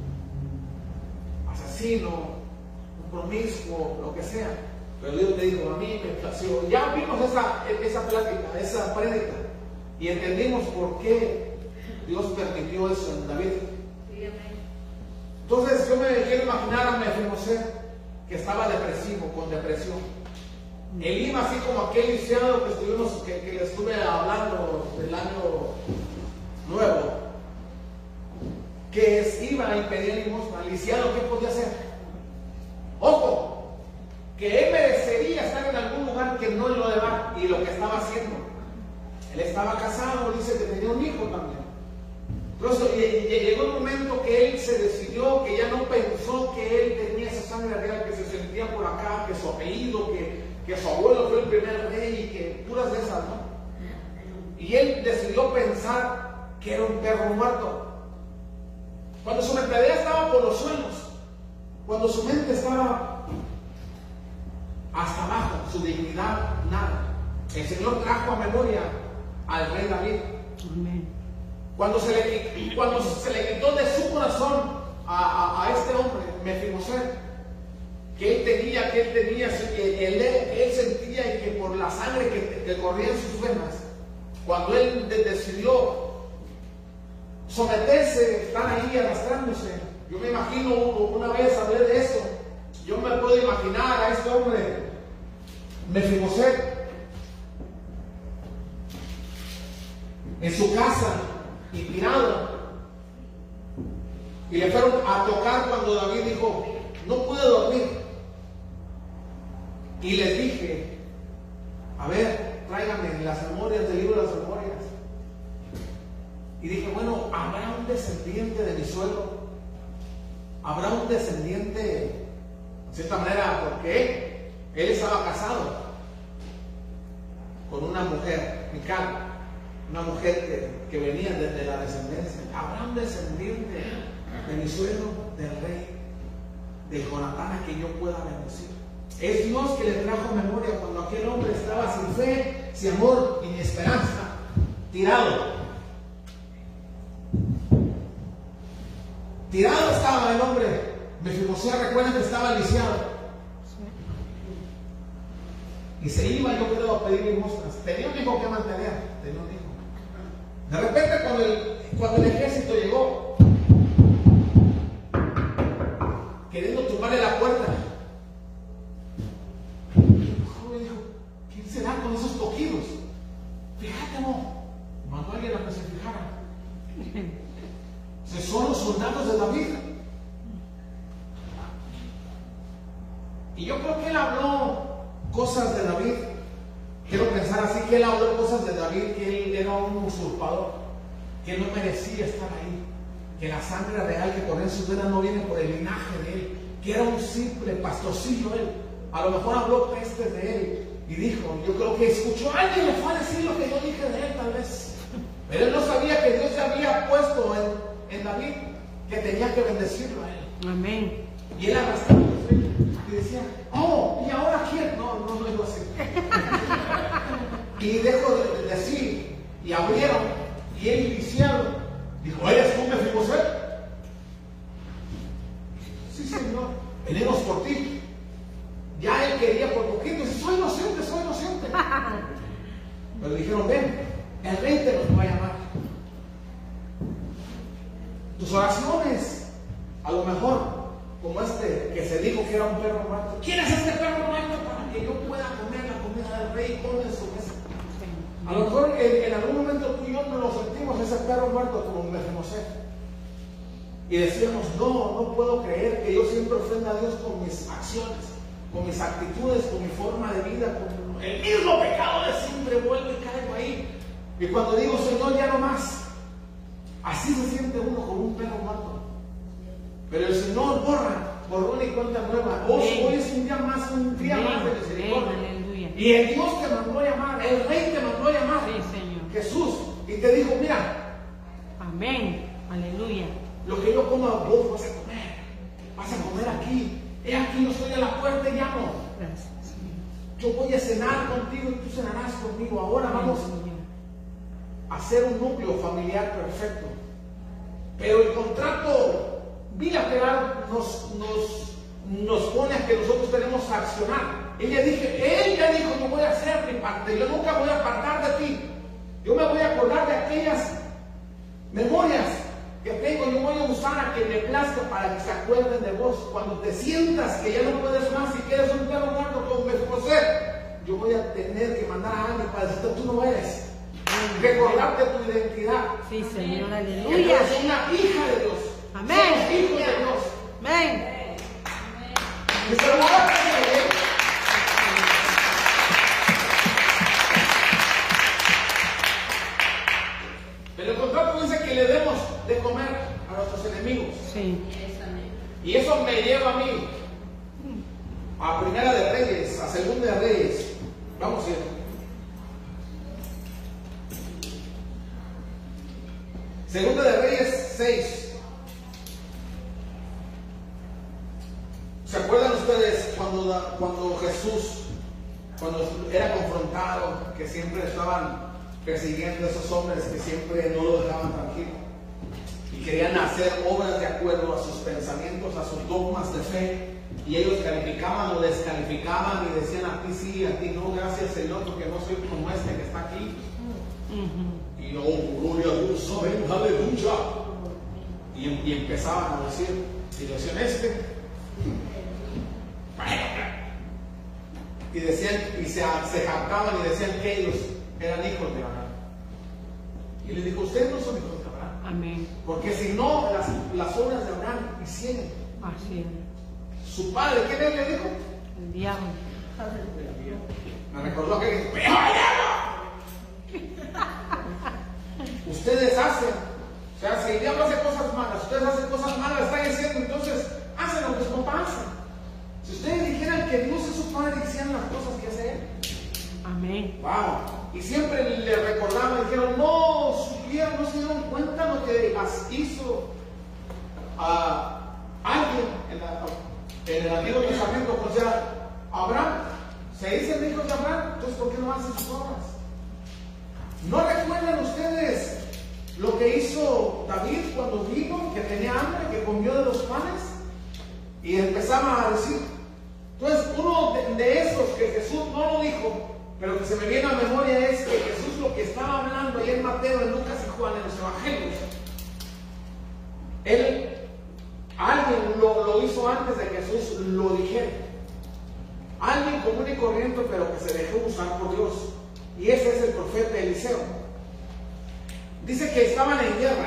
B: asesino, un promiscuo, lo que sea. Pero Dios le dijo, a mí me plació. Ya vimos esa, esa plática, esa prédica, y entendimos por qué Dios permitió eso en David. Entonces yo me quiero imaginar a Mefiboset que estaba depresivo, con depresión. Él iba así como aquel lisiado que estuvimos, que, que le estuve hablando del año nuevo, que es, iba y pedía limosna. Lisiado, ¿qué podía hacer? Ojo, que él merecería estar en algún lugar que no en lo demás, y lo que estaba haciendo. Él estaba casado, dice que tenía un hijo también. Entonces llegó un momento que él se decidió, que ya no pensó que él tenía esa sangre real, que se sentía por acá, que su apellido, que, que su abuelo fue el primer rey, y que puras de esas, ¿no? Y él decidió pensar que era un perro muerto. Cuando su mentalidad estaba por los suelos, cuando su mente estaba hasta abajo, su dignidad, nada. El Señor trajo a memoria al rey David.
E: Amén.
B: Cuando se le, cuando se le quitó de su corazón a, a, a este hombre, Mefiboset, que él tenía, que él tenía, que él, él sentía, y que por la sangre que, que corría en sus venas, cuando él decidió someterse, estar ahí arrastrándose. Yo me imagino, una vez hablé de eso, yo me puedo imaginar a este hombre, Mefiboset, en su casa y tirado, y le fueron a tocar cuando David dijo, no pude dormir, y les dije, a ver, tráiganme las memorias del libro de las memorias. Y dije, bueno, ¿habrá un descendiente de mi suegro? ¿Habrá un descendiente, de cierta manera, porque él estaba casado con una mujer, Mical, una mujer que, que venía desde la descendencia? ¿Habrá un descendiente de mi suegro, del rey, de Jonatán, a que yo pueda bendecir? Es Dios que le trajo memoria cuando aquel hombre estaba sin fe, sin amor y sin esperanza, tirado. Tirado estaba el hombre. Mefiboset, recuerden que estaba lisiado. Y se iba, yo creo, a pedir limosnas. Tenía un hijo que mantener. Tenía un hijo. De repente, cuando el, cuando el ejército llegó, queriendo tumbarle la puerta, el joven dijo, ¿quién será con esos cogidos? Fíjate, no. Mandó a alguien a que se fijara. Se son los soldados de David. Y yo creo que él habló cosas de David. Quiero pensar así, que él habló cosas de David, que él era un usurpador, que no merecía estar ahí, que la sangre real que corría en sus venas no viene por el linaje de él, que era un simple pastorcillo él. A lo mejor habló peste de él y dijo, yo creo que escuchó a alguien le fue a decir lo que yo dije de él tal vez. Pero él no sabía que Dios se había puesto en, en David, que tenía que bendecirlo a él.
E: Amén.
B: Y él arrastraba los sueños y decía, oh, ¿y ahora quién? No, no lo digo así. Y dejó de, de decir, y abrieron, y él iniciaron. Dijo, ¿eres tú, Mefiboset? Sí, Señor, venimos por ti. Ya él quería por poquito, dice, soy inocente, soy inocente. Pero dijeron, ven, el rey te nos va a llamar. Tus oraciones, a lo mejor, como este que se dijo que era un perro muerto. ¿Quién es este perro muerto para que yo pueda comer la comida del rey con en su mesa? A lo mejor en, en algún momento tú y yo no lo sentimos, ese perro muerto como Mefiboset. Y decíamos, no, no puedo creer que yo siempre ofenda a Dios con mis acciones, con mis actitudes, con mi forma de vida, con el mismo pecado de siempre, vuelvo y caigo ahí. Y cuando digo, Señor, ya no más, así se siente uno como un perro muerto. Pero el Señor borra, borrón y cuenta nueva. Hoy, hoy es un día más, un día
E: Amén.
B: más de misericordia.
E: Amén. Aleluya.
B: Y el Dios te mandó a llamar, el Rey te mandó a llamar,
E: Sí, Señor.
B: Jesús, y te dijo, mira,
E: Amén. Aleluya.
B: lo que yo como vos vas a comer, vas a comer aquí. He aquí, yo estoy a la puerta y llamo.
E: Gracias, Señor.
B: Yo voy a cenar contigo y tú cenarás conmigo. Ahora vamos
E: Aleluya.
B: a hacer un núcleo familiar perfecto. Pero el contrato bilateral nos, nos, nos pone a que nosotros tenemos que accionar. Ella dije, él ya dijo, yo voy a hacer mi parte, yo nunca voy a apartar de ti. Yo me voy a acordar de aquellas memorias que tengo, yo voy a usar a que me plazca para que se acuerden de vos. Cuando te sientas que ya no puedes más y que eres un perro muerto como Mefiboset, yo voy a tener que mandar a alguien para decirte, tú no eres. Recordarte tu identidad.
E: Sí, Señor.
B: Que tú
E: Aleluya.
B: eres una hija de Dios.
E: Amén.
B: Somos hijos de Dios.
E: Amén.
B: Mis hermanos, pero el contrato dice que le demos de comer a nuestros enemigos.
E: Sí.
B: Y eso me lleva a mí a Primera de Reyes, a Segunda de Reyes. Vamos a ir. Segunda de Reyes seis. ¿Se acuerdan ustedes cuando, cuando Jesús, cuando era confrontado, que siempre estaban persiguiendo a esos hombres que siempre no lo dejaban tranquilo y querían hacer obras de acuerdo a sus pensamientos, a sus dogmas de fe, y ellos calificaban o descalificaban y decían a ti sí, a ti no, gracias Señor, porque no soy como este que está aquí?
E: Ujú.
B: Y no, gloria a Dios, amén, aleluya. Y, y empezaban a decir, y decían este, y decían, y se, se jactaban y decían que ellos eran hijos de Abraham. Y le dijo, ustedes no son hijos de Abraham.
E: Amén.
B: Porque si no, las, las obras de Abraham hicieron.
E: Así es.
B: Su padre, ¿quién él le dijo?
E: El diablo.
B: Me recordó que dijo, ustedes hacen, o sea, si el diablo hace cosas malas, ustedes hacen cosas malas, están diciendo, entonces hacen lo que su papá hace. Si ustedes dijeran que Dios es su padre, hicieran las cosas que hace él.
E: Amén.
B: Wow. Y siempre le recordaban, dijeron, no supieron, no se dieron cuenta lo que hizo a alguien en, la, en el Antiguo Testamento. O sea, Abraham, se dicen hijos de Abraham, entonces ¿por qué no hacen sus obras? ¿No recuerdan ustedes lo que hizo David cuando vino, que tenía hambre, que comió de los panes? Y empezaba a decir, entonces uno de, de esos que Jesús no lo dijo, pero que se me viene a memoria es que Jesús lo que estaba hablando ahí en Mateo, en Lucas y Juan, en los evangelios, él, alguien lo, lo hizo antes de que Jesús lo dijera. Alguien común y corriente, pero que se dejó usar por Dios. Y ese es el profeta Eliseo. Dice que estaban en guerra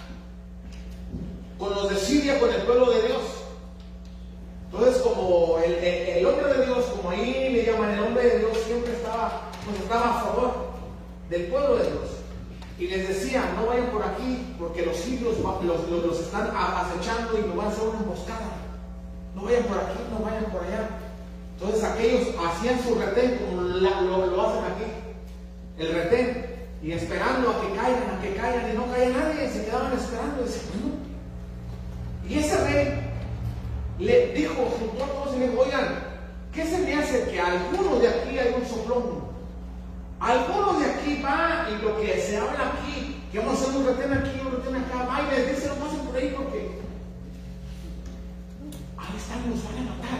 B: con los de Siria, con el pueblo de Dios. Entonces, como el, el, el hombre de Dios, como ahí le llaman el hombre de Dios, siempre estaba, pues estaba a favor del pueblo de Dios. Y les decía, no vayan por aquí, porque los sirios los, los, los están acechando y nos van a hacer una emboscada. No vayan por aquí, no vayan por allá. Entonces aquellos hacían su retén como la, lo, lo hacen aquí, el retén. y esperando a que caigan, a que caigan, y no caía nadie, se quedaban esperando. Y, decían, bueno. Y ese rey le dijo, juntó a todos y le dijo, oigan, ¿qué se me hace que alguno de aquí hay un soplón? Alguno de aquí va y lo que se habla aquí, que vamos a hacer un retén aquí, un retén acá, va y les dice, no pasen por ahí porque ahí están, nos van a matar.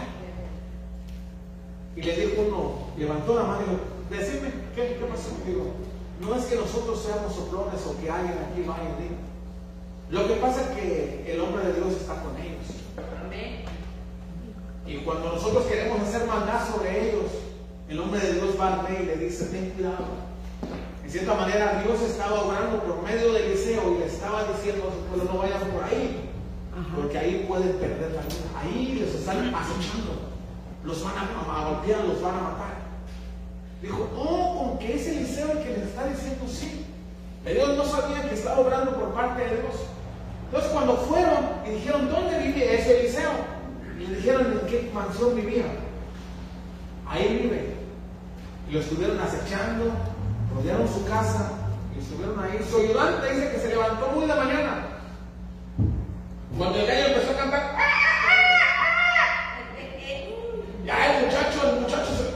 B: Y le dijo uno, levantó la mano y dijo, decime, ¿qué, qué pasó? Digo, no es que nosotros seamos soplones o que alguien aquí vaya y diga. Lo que pasa es que el hombre de Dios está con ellos.
D: Amén.
B: Y cuando nosotros queremos hacer maldad sobre ellos, el hombre de Dios va al rey y le dice, ten cuidado. En cierta manera, Dios estaba obrando por medio de Eliseo y le estaba diciendo a su pueblo, no vayan por ahí, Ajá. porque ahí pueden perder la vida. Ahí les están acechando, los van a, a golpear, los van a matar. Dijo, oh, con que es Eliseo el que les está diciendo sí. Ellos no sabían que estaba obrando por parte de Dios. Entonces cuando fueron y dijeron, ¿dónde vivía ese Eliseo? Y le dijeron, ¿en qué mansión vivía? Ahí vive. Y lo estuvieron acechando, rodearon su casa y estuvieron ahí. Su ayudante dice que se levantó muy de mañana. Cuando el gallo empezó a cantar, ya el muchacho, el muchacho se...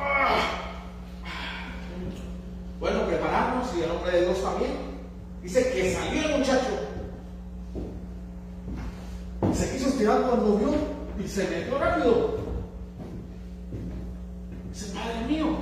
B: Bueno, preparamos y el hombre de Dios también. Dice que salió el muchacho. Se quiso estirar cuando vio y se metió rápido. Dice, Padre mío,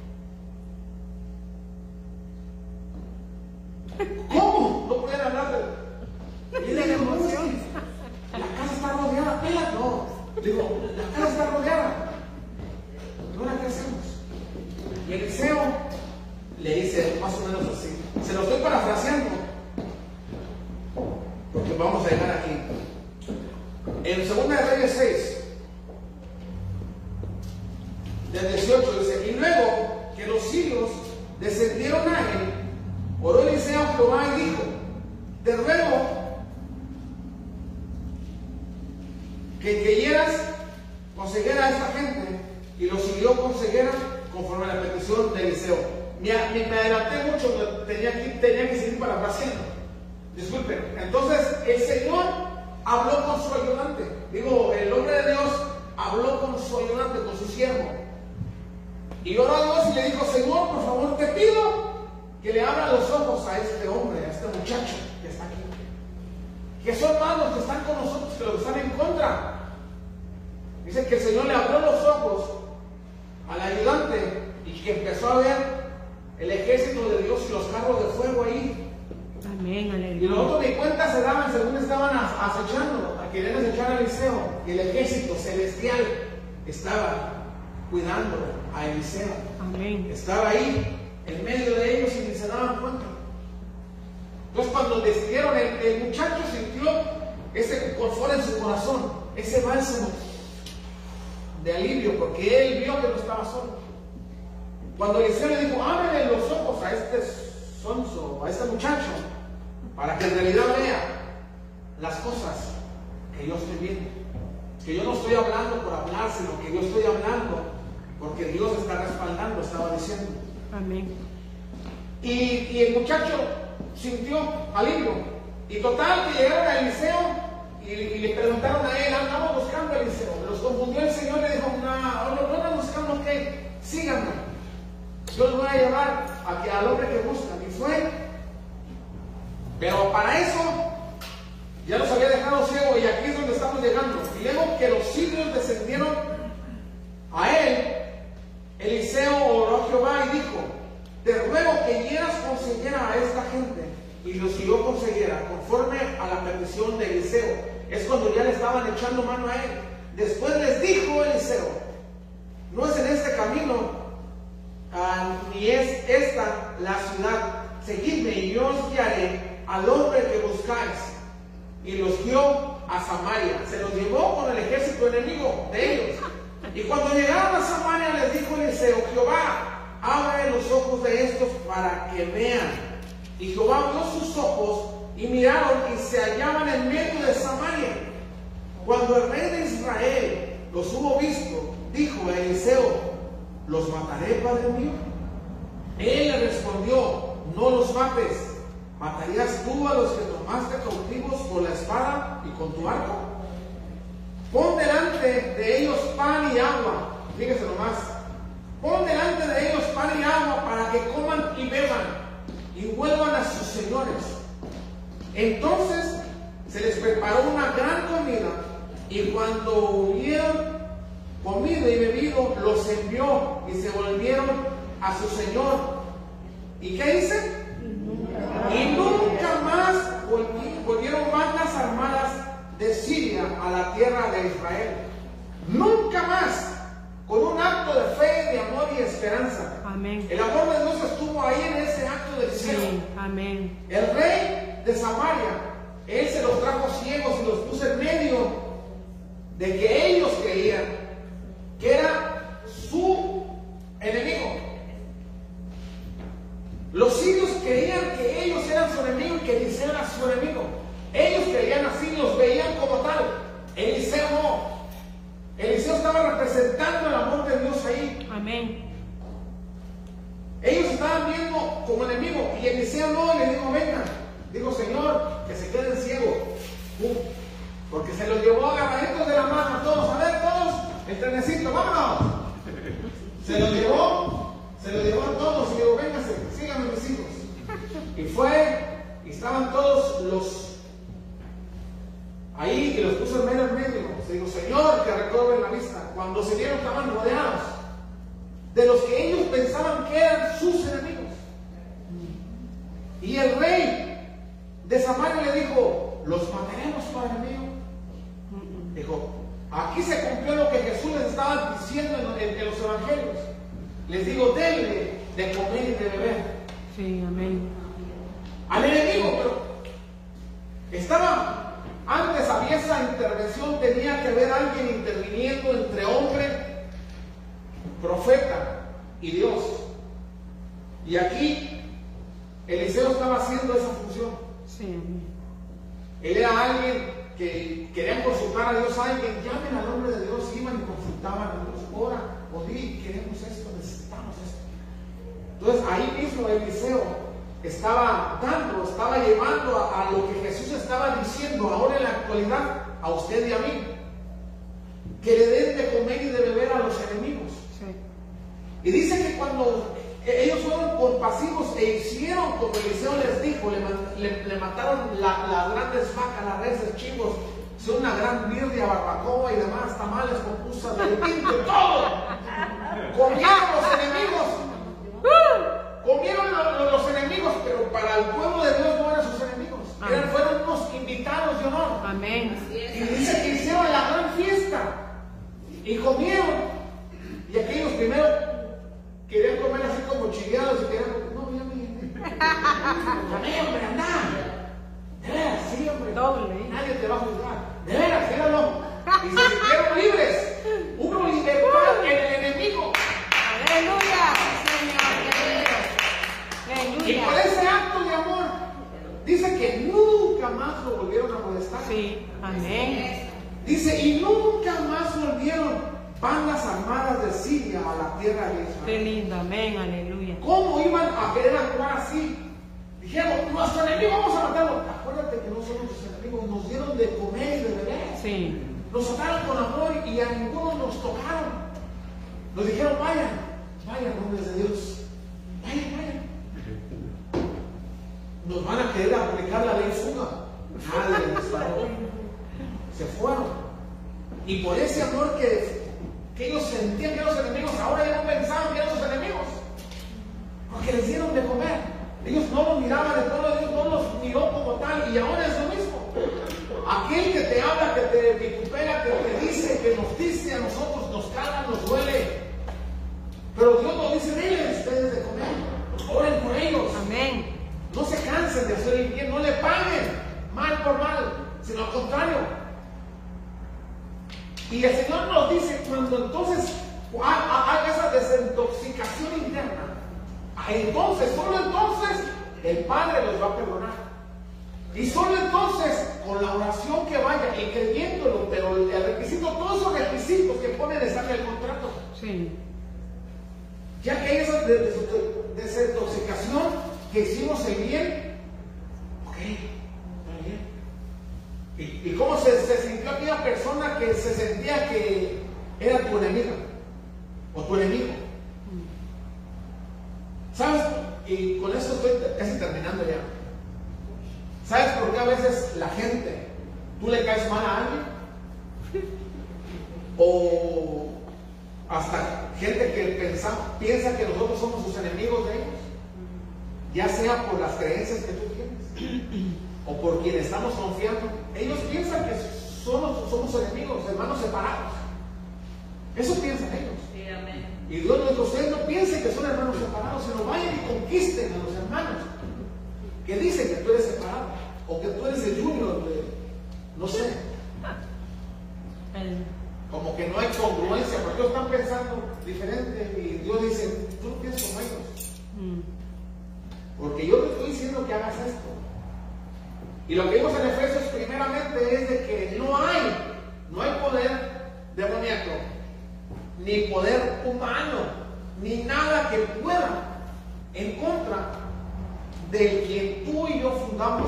B: ¿cómo? No pueden hablar de... Y le digo, no, es que la casa está rodeada. Pela, no. Digo, la casa está rodeada. ¿Y ahora qué hacemos? Y Eliseo le dice más o menos así. Se lo estoy parafraseando porque vamos a llegar aquí. En segunda de Reyes seis, del dieciocho dice, y luego que los sirios descendieron a él, oró Eliseo a Jehová y dijo, te ruego que creyeras con ceguera a esta gente, y lo siguió con ceguera conforme a la petición de Eliseo. Me, me, me adelanté mucho, tenía que, tenía que seguir parafraseando. Disculpen. Entonces el Señor habló con su ayudante. Digo, el hombre de Dios habló con su ayudante, con su siervo. Y oró a Dios y le dijo, Señor, por favor te pido que le abra los ojos a este hombre, a este muchacho que está aquí. Que son malos que están con nosotros, que los están en contra. Dice que el Señor le abrió los ojos al ayudante y que empezó a ver el ejército de Dios y los carros de fuego ahí.
E: Amén, aleluya.
B: Y los otros ni cuenta se daban según estaban acechando, a querer acechar a Eliseo. Y el ejército celestial estaba cuidando a Eliseo.
E: Amén.
B: Estaba ahí en medio de ellos y ni se daban cuenta. Entonces cuando decidieron, el, el muchacho sintió ese confort en su corazón, ese bálsamo de alivio, porque él vio que no estaba solo. Cuando Eliseo le dijo, ábrele los ojos a este sonso, a este muchacho, para que en realidad vea las cosas que yo estoy viendo. Que yo no estoy hablando por hablar, sino que yo estoy hablando porque Dios está respaldando, estaba diciendo.
E: Amén.
B: Y, y el muchacho sintió alivio. Y total que llegaron a Eliseo y, y le preguntaron a él, andamos buscando a Eliseo. Los confundió el Señor, le dijo, no, no, no andan buscando, ¿qué? Síganme. Yo los voy a llevar a que, al hombre que buscan. Y fue. Pero para eso ya los había dejado ciego, y aquí es donde estamos llegando. Y luego que los sirios descendieron a él, Eliseo oró a Jehová y dijo, te ruego que hieras con ceguera a esta gente. Y los hirió con ceguera, conforme a la petición de Eliseo. Es cuando ya le estaban echando mano a él. Después les dijo Eliseo, no es en este camino, Uh, ni es esta la ciudad, seguidme y yo os guiaré al hombre que buscáis. Y los guió a Samaria, se los llevó con el ejército enemigo de ellos. Y cuando llegaron a Samaria les dijo Eliseo, Jehová, abre los ojos de estos para que vean. Y Jehová abrió sus ojos y miraron y se hallaban en medio de Samaria. Cuando el rey de Israel los hubo visto, dijo a Eliseo, ¿los mataré, padre mío? Él le respondió, no los mates. ¿Matarías tú a los que tomaste cautivos con la espada y con tu arco? Pon delante de ellos pan y agua. Fíjese nomás. Pon delante de ellos pan y agua para que coman y beban y vuelvan a sus señores. Entonces se les preparó una gran comida, y cuando hubieron comido y bebido, los envió y se volvieron a su señor. ¿Y qué dice? Y nunca más volvieron bandas armadas de Siria a la tierra de Israel. Nunca más. Con un acto de fe, de amor y esperanza.
E: Amén.
B: El amor de Dios estuvo ahí en ese acto de cielo.
E: Sí, amén.
B: El rey de Samaria, él se los trajo ciegos y los puso en medio de que ellos creían que era su enemigo. Los sirios creían que ellos eran su enemigo y que Eliseo era su enemigo. Ellos creían así, los veían como tal. Eliseo no. Eliseo estaba representando el amor de Dios ahí.
E: Amén.
B: Ellos estaban viendo como enemigo, y Eliseo no, le dijo: venga. Dijo: Señor, que se queden ciegos. Uh, porque se los llevó agarraditos de la mano a todos. A ver, todos, el trenecito, vámonos. Se los llevó, se los llevó a todos y dijo: véngase, síganme mis hijos. Y fue, y estaban todos los ahí, y los puso en medio en medio. Se dijo: Señor, que recobren la vista. Cuando se dieron, estaban rodeados de los que ellos pensaban que eran sus enemigos. Y el rey de Samaria le dijo: ¿los mataremos, Padre mío? Dijo: aquí se cumplió lo que Jesús les estaba diciendo en, en, en los evangelios. Les digo: denle de comer y de beber.
E: Sí, amén.
B: Al enemigo, pero estaba... Antes había esa intervención, tenía que haber alguien interviniendo entre hombre, profeta y Dios. Y aquí Eliseo estaba haciendo esa función.
E: Sí, amén.
B: Él era alguien que querían consultar a Dios. Alguien, llamen al nombre de Dios, iban y consultaban a Dios. Ora, o di, queremos esto, necesitamos esto. Entonces ahí mismo Eliseo estaba dando, estaba llevando a, a lo que Jesús estaba diciendo ahora en la actualidad a usted y a mí: que le den de comer y de beber a los enemigos.
E: Sí.
B: Y dice que cuando ellos fueron compasivos e hicieron como Eliseo les dijo, le, le, le mataron la, las grandes vacas, las reses, chivos, hizo una gran birria, barbacoa y demás, tamales, compusas, de pinto, todo. Comieron los enemigos. Comieron los, los, los enemigos, pero para el pueblo de Dios no eran sus enemigos. Eran, fueron unos invitados de honor.
E: Amén.
B: Y dice que hicieron la gran fiesta y comieron. Y aquellos primero querían comer así como chileados y querían, no, ya me Dame, hombre, anda. De veras, sí, hombre.
E: Doble.
B: Nadie te va a juzgar. De veras, quédalo. Y se sintieron libres. Hubo libertad en el enemigo.
E: Aleluya, Señor.
B: Y por ese acto de amor, dice que nunca más lo volvieron a molestar.
E: Sí, amén.
B: Dice, y nunca más volvieron bandas armadas de Siria a la tierra de Israel.
E: Qué lindo, amén, aleluya.
B: ¿Cómo iban a querer actuar así? Dijeron, nuestro enemigo vamos a matarlo. Acuérdate que no son nuestros enemigos, nos dieron de comer y de beber.
E: Sí.
B: Nos trataron con amor y a ninguno nos tocaron. Nos dijeron, vayan, vayan, hombres de Dios. Vayan, vayan. Nos van a querer aplicar la ley fuga. Nadie les paró. Se fueron. Y por ese amor que, que ellos sentían que eran los enemigos, ahora ya no pensaban que eran los enemigos. Porque les dieron de comer. Ellos no los miraban de todo, Dios no los miró como tal. Y ahora es lo mismo. Aquel que te habla, que te vitupera, que te dice, que nos dice a nosotros, nos caga, nos duele. Pero Dios nos dice, denle ustedes de comer. Oren por ellos.
E: Amén.
B: No se cansen de hacer el bien, no le paguen mal por mal, sino al contrario. Y el Señor nos dice, cuando entonces haga esa desintoxicación interna, entonces, solo entonces, el Padre los va a perdonar. Y solo entonces, con la oración que vaya y creyéndolo, pero el requisito, todos esos requisitos que pone de sale el contrato.
E: Sí.
B: Ya que hay esa desintoxicación, que hicimos el bien, ok, está bien. ¿Y, y cómo se, se sintió aquella persona que se sentía que era tu enemiga o tu enemigo? ¿Sabes? Y con esto estoy casi terminando ya. ¿Sabes por qué a veces la gente, tú le caes mal a alguien? O hasta gente que pensa, piensa que nosotros somos sus enemigos de ellos, ya sea por las creencias que tú tienes o por quien estamos confiando. Ellos piensan que somos, somos enemigos, hermanos separados. Eso piensan ellos.
D: Sí, amén.
B: Y Dios nos dice, ustedes no piensen que son hermanos separados, sino vayan y conquisten a los hermanos que dicen que tú eres separado o que tú eres el junior de, no sé. Como que no hay congruencia, porque ellos están pensando diferente y Dios dice, tú no piensas como ellos. Porque yo te estoy diciendo que hagas esto. Y lo que vimos en Efesios primeramente es de que no hay, no hay poder demoníaco, ni poder humano, ni nada que pueda en contra de quien tú y yo fundamos,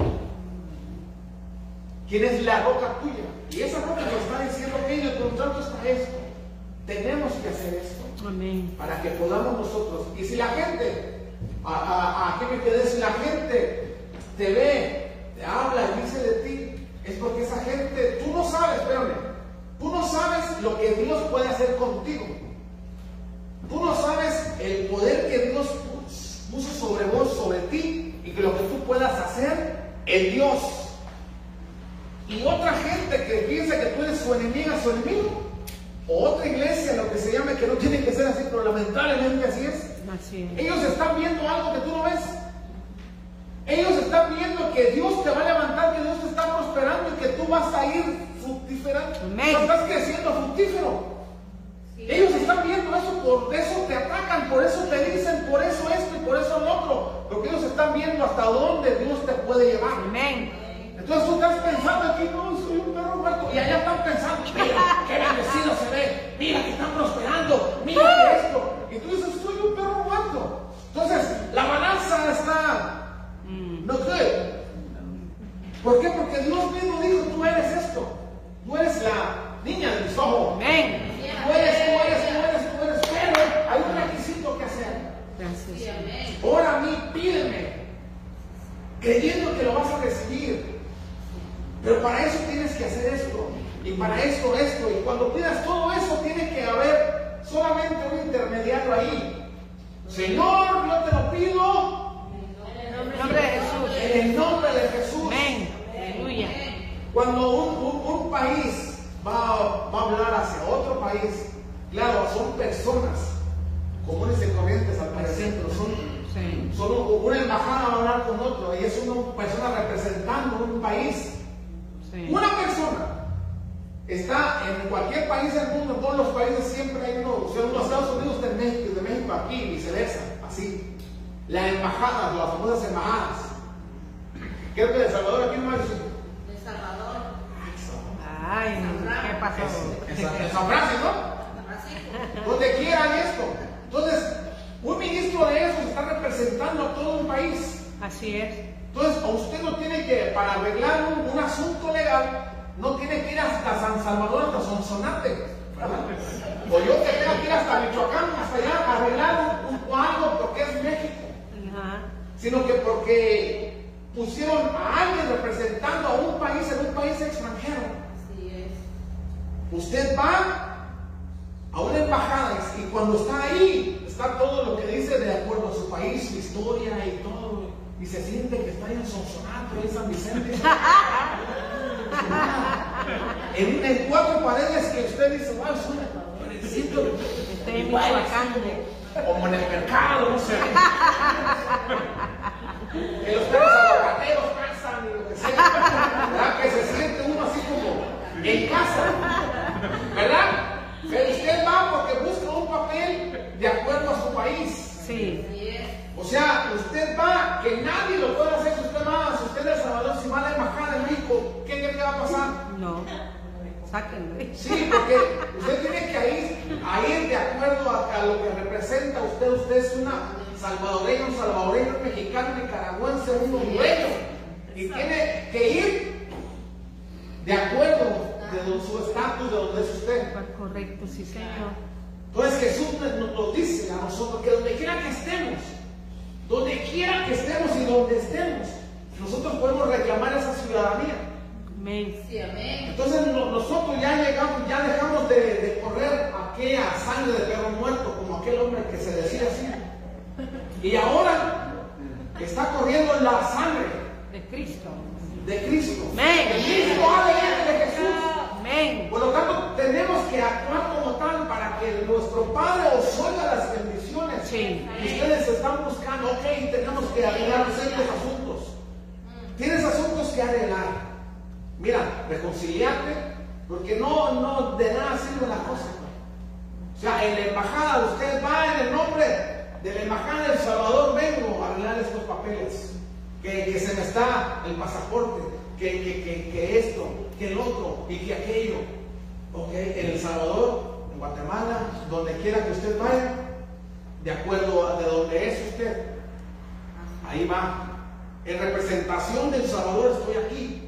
B: quien es la roca tuya. Y esa roca nos está diciendo que en el contrato está esto. Tenemos que hacer esto.
E: Amén.
B: Para que podamos nosotros. Y si la gente, a, a, a qué me quedé, si la gente te ve, te habla y dice de ti, es porque esa gente, tú no sabes, espérame, tú no sabes lo que Dios puede hacer contigo. Tú no sabes el poder que Dios puso sobre vos, sobre ti, y que lo que tú puedas hacer en Dios. Y otra gente que piensa que tú eres su enemiga, su enemigo, o otra iglesia, lo que se llame, que no tiene que ser así, pero lamentablemente así es.
E: Así es.
B: Ellos están viendo algo que tú no ves. Ellos están viendo que Dios te va a levantar, que Dios te está prosperando y que tú vas a ir fructífero. Estás creciendo fructífero. Sí. Ellos están viendo eso, por eso te atacan, por eso te dicen, por eso esto y por eso lo otro. Porque ellos están viendo hasta dónde Dios te puede llevar.
E: Amén.
B: Entonces tú estás pensando aquí, no, soy un perro muerto. Y allá están pensando, mira, qué bendecido se ve, mira que están prosperando, mira que esto. Y tú dices, soy un perro muerto. Entonces, la balanza está, no sé. ¿Por qué? Porque Dios mismo dijo, tú eres esto. Tú eres la niña de mis ojos.
E: Amén.
B: Tú eres, tú eres, tú eres, tú eres. Pero hay un requisito que hacer.
E: Gracias.
B: Ora a mí, pídeme, creyendo que lo vas a recibir. Pero para eso tienes que hacer esto, y para esto, esto, y cuando pidas todo eso, tiene que haber solamente un intermediario ahí. Señor, yo te lo pido
E: En el nombre de Jesús.
B: en el nombre de Jesús.
E: Amén. Aleluya.
B: Cuando un, un, un país va, va a hablar hacia otro país, claro, son personas comunes y corrientes al parecer, pero son,
E: Sí.
B: son una embajada va a hablar con otro, y es una persona representando un país.
E: Sí.
B: Una persona está en cualquier país del mundo, en todos los países siempre hay uno, o sea, uno de Estados Unidos está en México, de México aquí, y viceversa, así. La embajada, las famosas embajadas. Creo que de Salvador aquí no hay.
D: De Salvador.
E: Ay, ¿qué pasó?
B: En San, en San Francisco, ¿no? Donde quieran esto. Entonces, un ministro de esos está representando a todo un país.
E: Así es.
B: Entonces, usted no tiene que, para arreglar un, un asunto legal, no tiene que ir hasta San Salvador, hasta Sonsonate, ¿verdad? O yo que tenga que ir hasta Michoacán, hasta allá, a arreglar un, un, algo porque es México.
E: Ajá.
B: Sino que porque pusieron a alguien representando a un país en un país extranjero.
D: Así es.
B: Usted va a una embajada y cuando está ahí, está todo lo que dice de acuerdo a su país, su historia y todo. Y se siente que está en Sonsonate, en San Vicente. en, en cuatro paredes que usted dice, wow, es un parecito.
E: Estoy en Michoacán.
B: Como en el mercado, no sé. Que los perros aguacateros pasan y lo que sea. ¿Verdad? Que se siente uno así como en casa. ¿Verdad? Pero usted va porque busca un papel de acuerdo a su país.
E: Sí.
B: O sea, usted va, que nadie lo puede hacer. Si usted va, si usted es El Salvador, si va a la embajada de México, ¿qué cree que va a pasar?
E: No. Sáquenlo.
B: Sí, porque usted tiene que ir, a ir de acuerdo a, a lo que representa usted. Usted es una salvadoreño, un salvadoreño, un mexicano, un nicaragüense, un hondureño. Y tiene que ir de acuerdo de su estatus, de donde es usted.
E: Correcto, sí, Señor.
B: Entonces Jesús nos lo dice a nosotros, que donde quiera que estemos, donde quiera que estemos y donde estemos, nosotros podemos reclamar esa ciudadanía.
E: Amén.
D: Sí, amén.
B: Entonces no, nosotros ya llegamos, ya dejamos de, de correr aquella sangre de perro muerto, como aquel hombre que se decía así. Y ahora está corriendo la sangre
E: De Cristo.
B: de Cristo.
E: Amén.
B: El mismo A D N de Jesús.
E: Amén.
B: Por lo tanto, tenemos que actuar como tal para que nuestro Padre os oiga las bendiciones
E: Sí.
B: que ustedes están buscando. Ok, tenemos que arreglar ciertos asuntos. Tienes asuntos que arreglar. Mira, reconciliarte, porque no, no de nada sirve la cosa. O sea, en la embajada, usted va en el nombre de la embajada de El Salvador, vengo a arreglar estos papeles. Que, que se me está el pasaporte, que, que, que, que esto, que el otro y que aquello. Ok, en El Salvador, en Guatemala, donde quiera que usted vaya, de acuerdo a de donde es usted, ahí va. En representación del Salvador estoy aquí.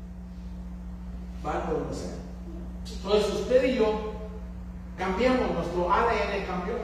B: Va por donde sea. Entonces usted y yo cambiamos, nuestro A D N cambió.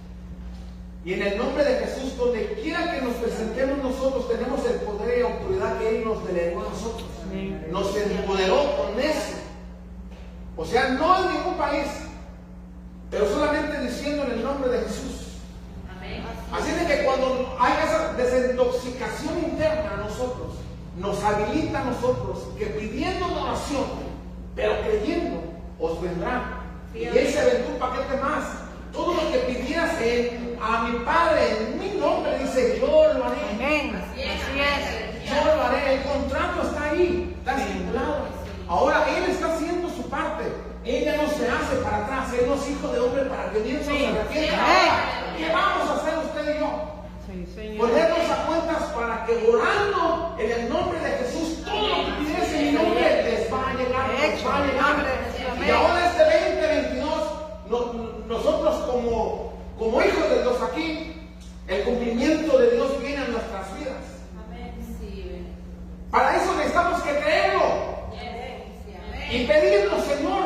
B: Y en el nombre de Jesús, donde quiera que nos presentemos nosotros, tenemos el poder y autoridad que Él nos delegó a nosotros.
E: Amén.
B: Nos empoderó con eso. O sea, no en ningún país, pero solamente diciendo en el nombre de Jesús.
D: Amén.
B: Así de que cuando hay esa desintoxicación interna a nosotros, nos habilita a nosotros que pidiendo una oración, pero creyendo, os vendrá. Y Él se aventó un paquete más. Todo lo que pidieras en, a mi Padre en mi nombre, dice, yo lo haré.
E: Amén. Así es.
B: Yo lo haré. El contrato está ahí, está estipulado. Ahora Él está haciendo su parte. Ella no se hace para atrás. Él no es hijo de hombre para que Dios
E: Sí.
B: se arrepienta.
E: Sí.
B: Ahora, ¿qué vamos a hacer usted y yo?
E: Sí, Señor.
B: Ponernos a cuentas para que orando en el nombre de Jesús, todo lo que pides en mi nombre les va a llegar. Les va a llegar. Y ahora este veinte veintidós, no, nosotros como, como hijos de Dios aquí, el cumplimiento de Dios viene a nuestras vidas.
D: Amén. Sí.
B: Para eso necesitamos que creerlo
D: Sí, amén.
B: y pedirlo, Señor,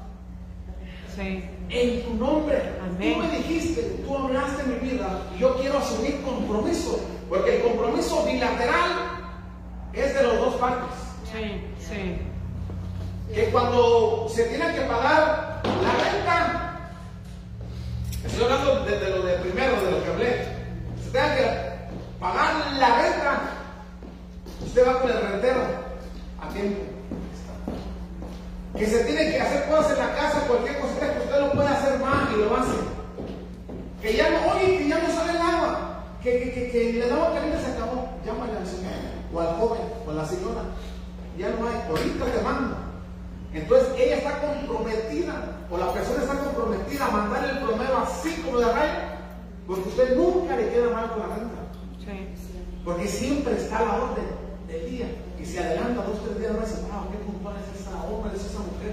E: Sí.
B: en tu nombre.
E: Amén.
B: Tú me dijiste, tú hablaste en mi vida y yo quiero asumir compromiso, porque el compromiso bilateral es de las dos partes.
E: Sí, sí.
B: Que cuando se tiene que pagar la renta, estoy hablando de, de lo de primero, de lo que hablé, se tenga que pagar la renta, usted va con el rentero a tiempo. Que se tiene que hacer cosas en la casa, cualquier cosita que usted lo puede hacer más y lo hace. Que ya no, oye, que ya no sale el agua, que, que, que, que le daba caliente se acabó, llámale al señor, o al joven, o a la señora, ya no hay, ahorita te mando. Entonces ella está comprometida, o la persona está comprometida a mandar el plomero así como de rayo, porque usted nunca le queda mal con la renta,
E: Sí.
B: porque siempre está a la orden del día, y se adelanta dos o tres días más y dice, ah, qué puntual es esa hombre, es esa mujer.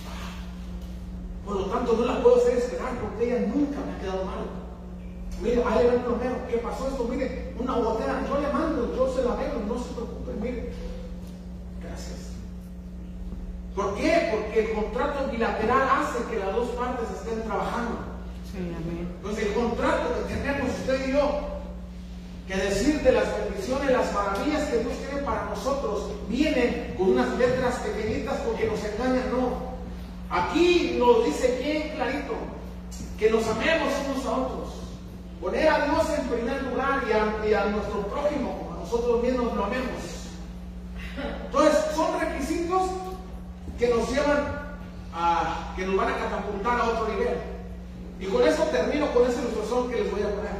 B: Por lo tanto, no la puedo hacer esperar, porque ella nunca me ha quedado mal. Mire, ahí le va el plomero, ¿qué pasó esto? Mire, una botella, yo le mando, yo se la veo, no se preocupe, mire. Gracias. ¿Por qué? Porque el contrato bilateral hace que las dos partes estén trabajando.
E: Sí, amén.
B: Entonces el contrato que tenemos usted y yo, que decir de las bendiciones, las maravillas que Dios tiene para nosotros, viene con unas letras pequeñitas porque nos engañan, no. Aquí nos dice bien clarito, que nos amemos unos a otros, poner a Dios en primer lugar y a, y a nuestro prójimo como a nosotros mismos lo amemos. Entonces son requisitos que nos llevan a, que nos van a catapultar a otro nivel. Y con eso termino con esa ilustración que les voy a poner.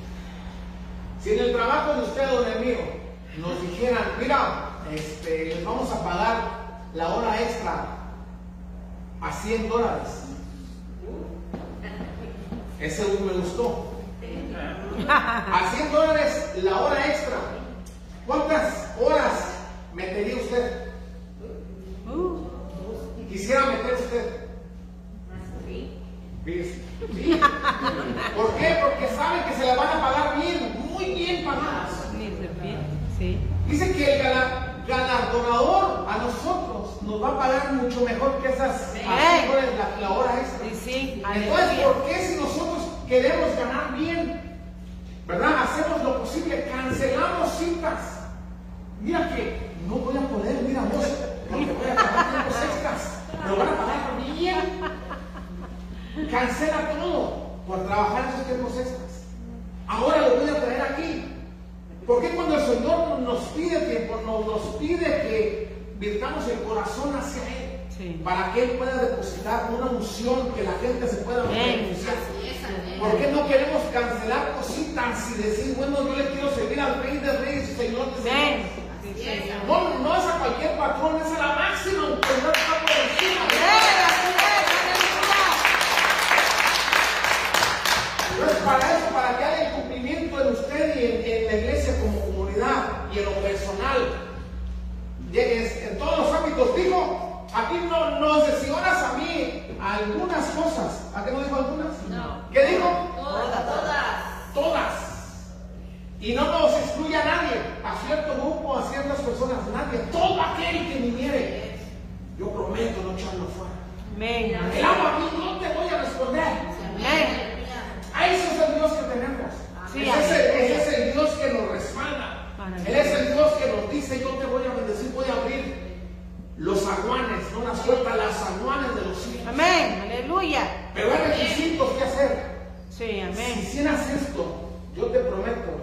B: Si en el trabajo de usted o en el mío nos dijeran, mira, este, les vamos a pagar la hora extra a cien dólares. Ese me gustó. A cien dólares la hora extra. ¿Cuántas horas metería usted?
E: Uh,
B: Quisiera meter usted. ¿Sí? ¿Por qué? Porque saben que se le van a pagar bien, va a pagar mucho mejor que esas
E: Amén.
B: horas, la, la hora extra.
E: Sí, sí.
B: Entonces,
E: Aleluya.
B: ¿por qué si nosotros queremos ganar bien, verdad? Hacemos lo posible, cancelamos citas. Mira que no voy a poder, mira vos, porque voy a pagar tiempos extras. Me van a pagar bien. Cancela todo por trabajar esos tiempos extras. Ahora lo voy a traer aquí. Porque cuando el Señor nos pide tiempo, nos, nos pide que virtamos el corazón hacia Él,
E: Sí.
B: para que Él pueda depositar una unción que la gente se pueda beneficiar. ¿Por qué no queremos cancelar cositas y decir, bueno, yo le quiero servir al Rey de Reyes y Señor de
E: Amén.
B: Señores?
E: Sí, Señor.
B: No, no es a cualquier patrón, es a la máxima autoridad que está por encima.
E: Amén, así es, aleluya.
B: Entonces, para eso, para que haya el cumplimiento en usted y en, en la iglesia como comunidad y en lo personal, llegues en todos los ámbitos, dijo, aquí no nos decidoras a mí algunas cosas. ¿A qué no dijo algunas?
D: No.
B: ¿Qué dijo?
D: Todas, todas.
B: Todas. Y no nos excluye a nadie, a cierto grupo, a ciertas personas, nadie. Todo aquel que viniere, yo prometo no echarlo fuera.
E: Amén.
B: El agua a mí no te voy a responder.
E: Amén.
B: A ese es el Dios que tenemos.
E: Sí,
B: ese, es el, ese es el Dios que nos respalda.
E: Amén.
B: Él es el Dios que nos dice, yo te voy a bendecir, voy a abrir los aguanes, no las puertas, las aguanes de los cielos.
E: Amén. Aleluya.
B: Pero hay requisitos que hacer.
E: Sí,
B: Si
E: amén.
B: hicieras esto, yo te prometo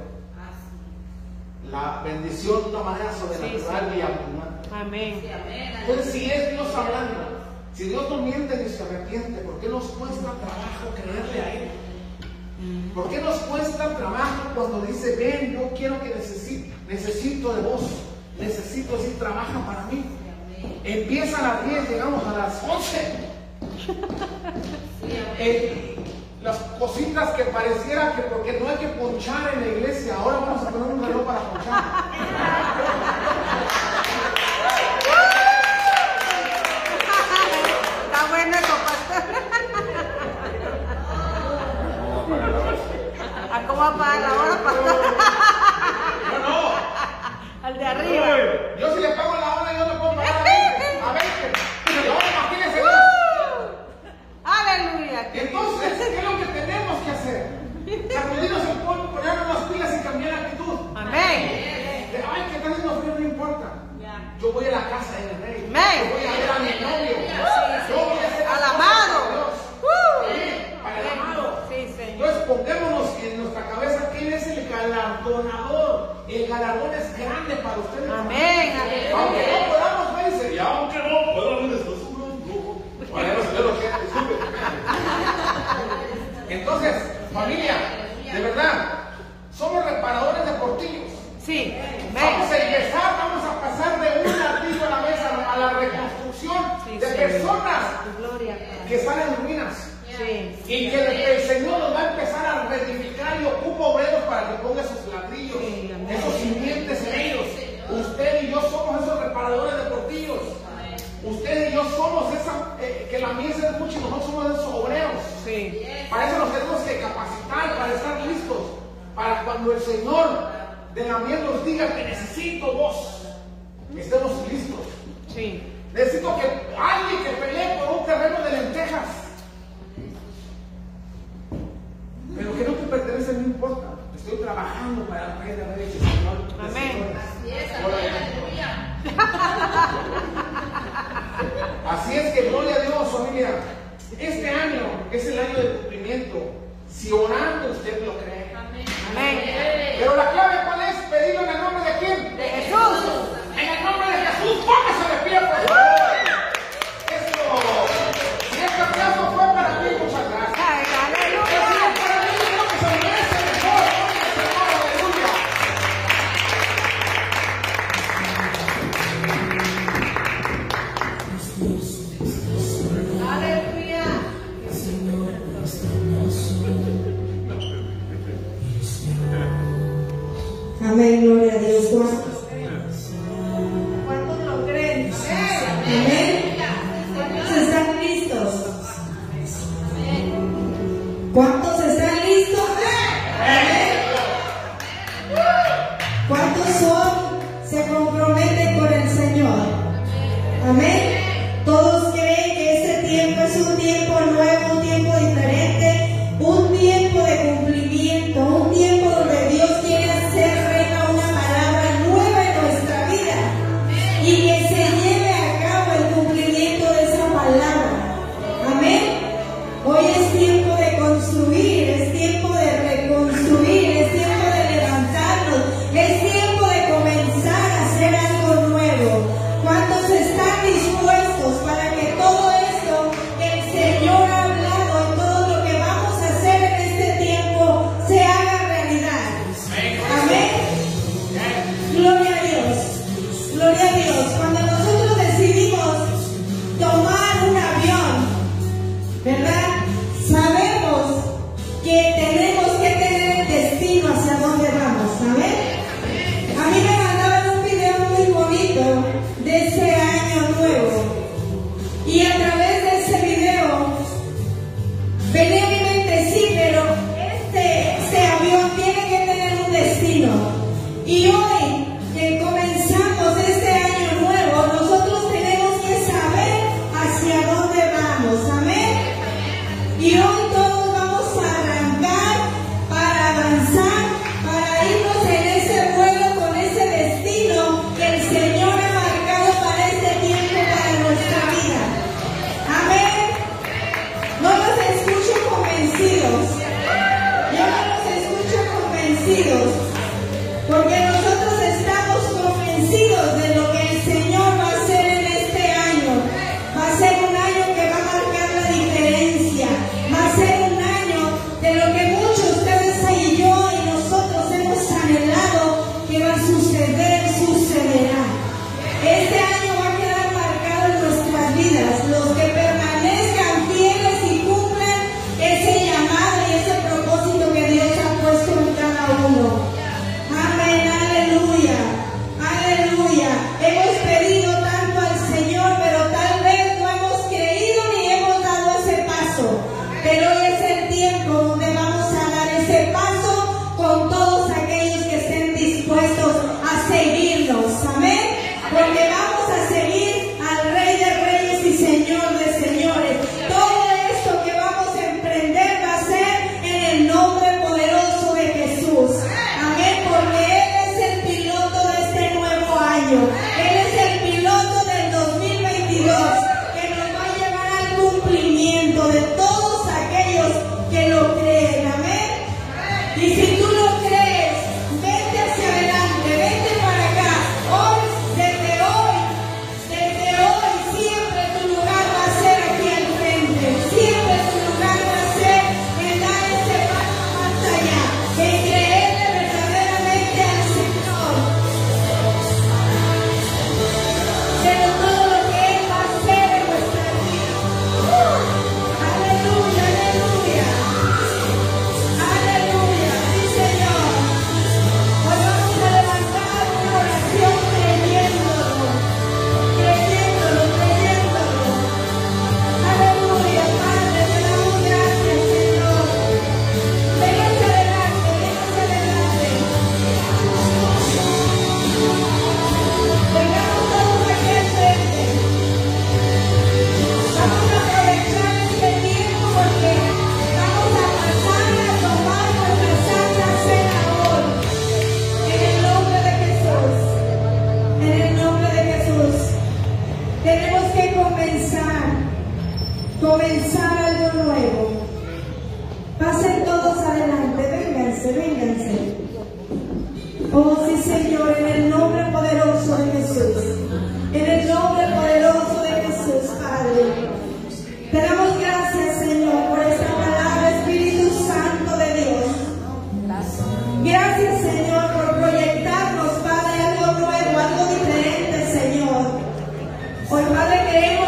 B: la bendición de una manera sobrenatural
E: Sí,
B: y abundante.
E: Amén.
B: Entonces, si es Dios hablando, si Dios no miente ni se arrepiente, ¿por qué nos cuesta trabajo creerle a Él? ¿Por qué nos cuesta trabajo cuando dice, ven, yo quiero que necesito, necesito de vos, necesito decir, trabaja para mí? Empieza a las diez, llegamos a las once. Eh, las cositas que pareciera que porque no hay que ponchar en la iglesia, ahora vamos a poner un reloj para ponchar.
E: Está bueno eso, pastor. ¿A cómo apagar la hora, pastor?
B: No, no.
E: Al de arriba.
B: Yo si le pago la hora, yo le puedo pagar a veinte. A veinte. Y ahora imagínense Dios.
E: ¡Uh! Aleluya.
B: Entonces, ¿qué es lo que tenemos que hacer? Sacudirnos el polvo, ponernos las pilas y cambiar la actitud.
E: Amén.
B: De, ay, que está haciendo frío, no importa. Yo voy a la casa del rey.
E: Amén.
B: Yo voy a ver a mi novio. Yo voy a hacer
E: Al
B: las
E: amado.
B: cosas de Dios.
E: ¡Uh!
B: Sí, para el amado.
E: Sí, Señor.
B: Entonces pongámonos en nuestra cabeza quién es el galardonador. El galardón es grande para ustedes.
E: Amén.
B: Aunque
E: Aleluya.
B: no podamos ver, dice, y aunque no podamos ver, para eso se lo que disculpe. Entonces, familia, de verdad, somos reparadores de portillos.
E: Sí.
B: Vamos
E: Amén.
B: a empezar, vamos a pasar de un ladrillo a la vez a, a la reconstrucción
E: Sí,
B: de
E: sí.
B: personas
E: Gloria.
B: que están en ruinas.
E: Sí.
B: Y que el, el Señor nos va a empezar a reedificar y ocupa obreros para que ponga esos ladrillos,
E: Sí, amén.
B: esos simientes en ellos. Usted y yo somos esos reparadores de portillos. Usted y yo somos esa, eh, que la mies es mucho y nosotros somos esos obreros.
E: Sí.
B: Para eso nos tenemos que capacitar, para estar listos. Para cuando el Señor de la mies nos diga que necesito vos, que estemos listos.
E: Sí.
B: Necesito que alguien que pelee por un terreno de lentejas. Pero que no te pertenece, no importa. Estoy trabajando para el Rey de Reyes, Señor. de
E: Amén.
B: señores. Así es que gloria a Dios, familia. Este año es el año de cumplimiento. Si orando usted lo cree.
E: Amén.
B: Pero la clave, ¿cuál es? Pedirlo en el nombre de quién?
E: De Jesús.
B: En el nombre de Jesús, póngase de pie, por favor. Eso. Si este aplauso fue para ti, muchas gracias.
E: Ay,
B: Si
E: aleluya.
B: es para mí, creo que se merece mejor. Póngase, hermano, aleluya.
E: Aleluya.
F: Amén, gloria a Dios. ¿Cuántos,
E: ¿Cuántos lo creen?
F: amén? ¿Cuántos están listos? ¿Cuántos están listos? Amén. ¿Cuántos son, se comprometen con el Señor? Amén. Tenemos que comenzar, comenzar algo nuevo. Pasen todos adelante, vénganse, vénganse. Oh sí, Señor, en el nombre poderoso de Jesús, en el nombre poderoso de Jesús, Padre. Te damos gracias, Señor, por esta palabra, Espíritu Santo de Dios. Gracias, Señor, por proyectarnos, Padre, algo nuevo, algo diferente, Señor. Hoy, Padre, queremos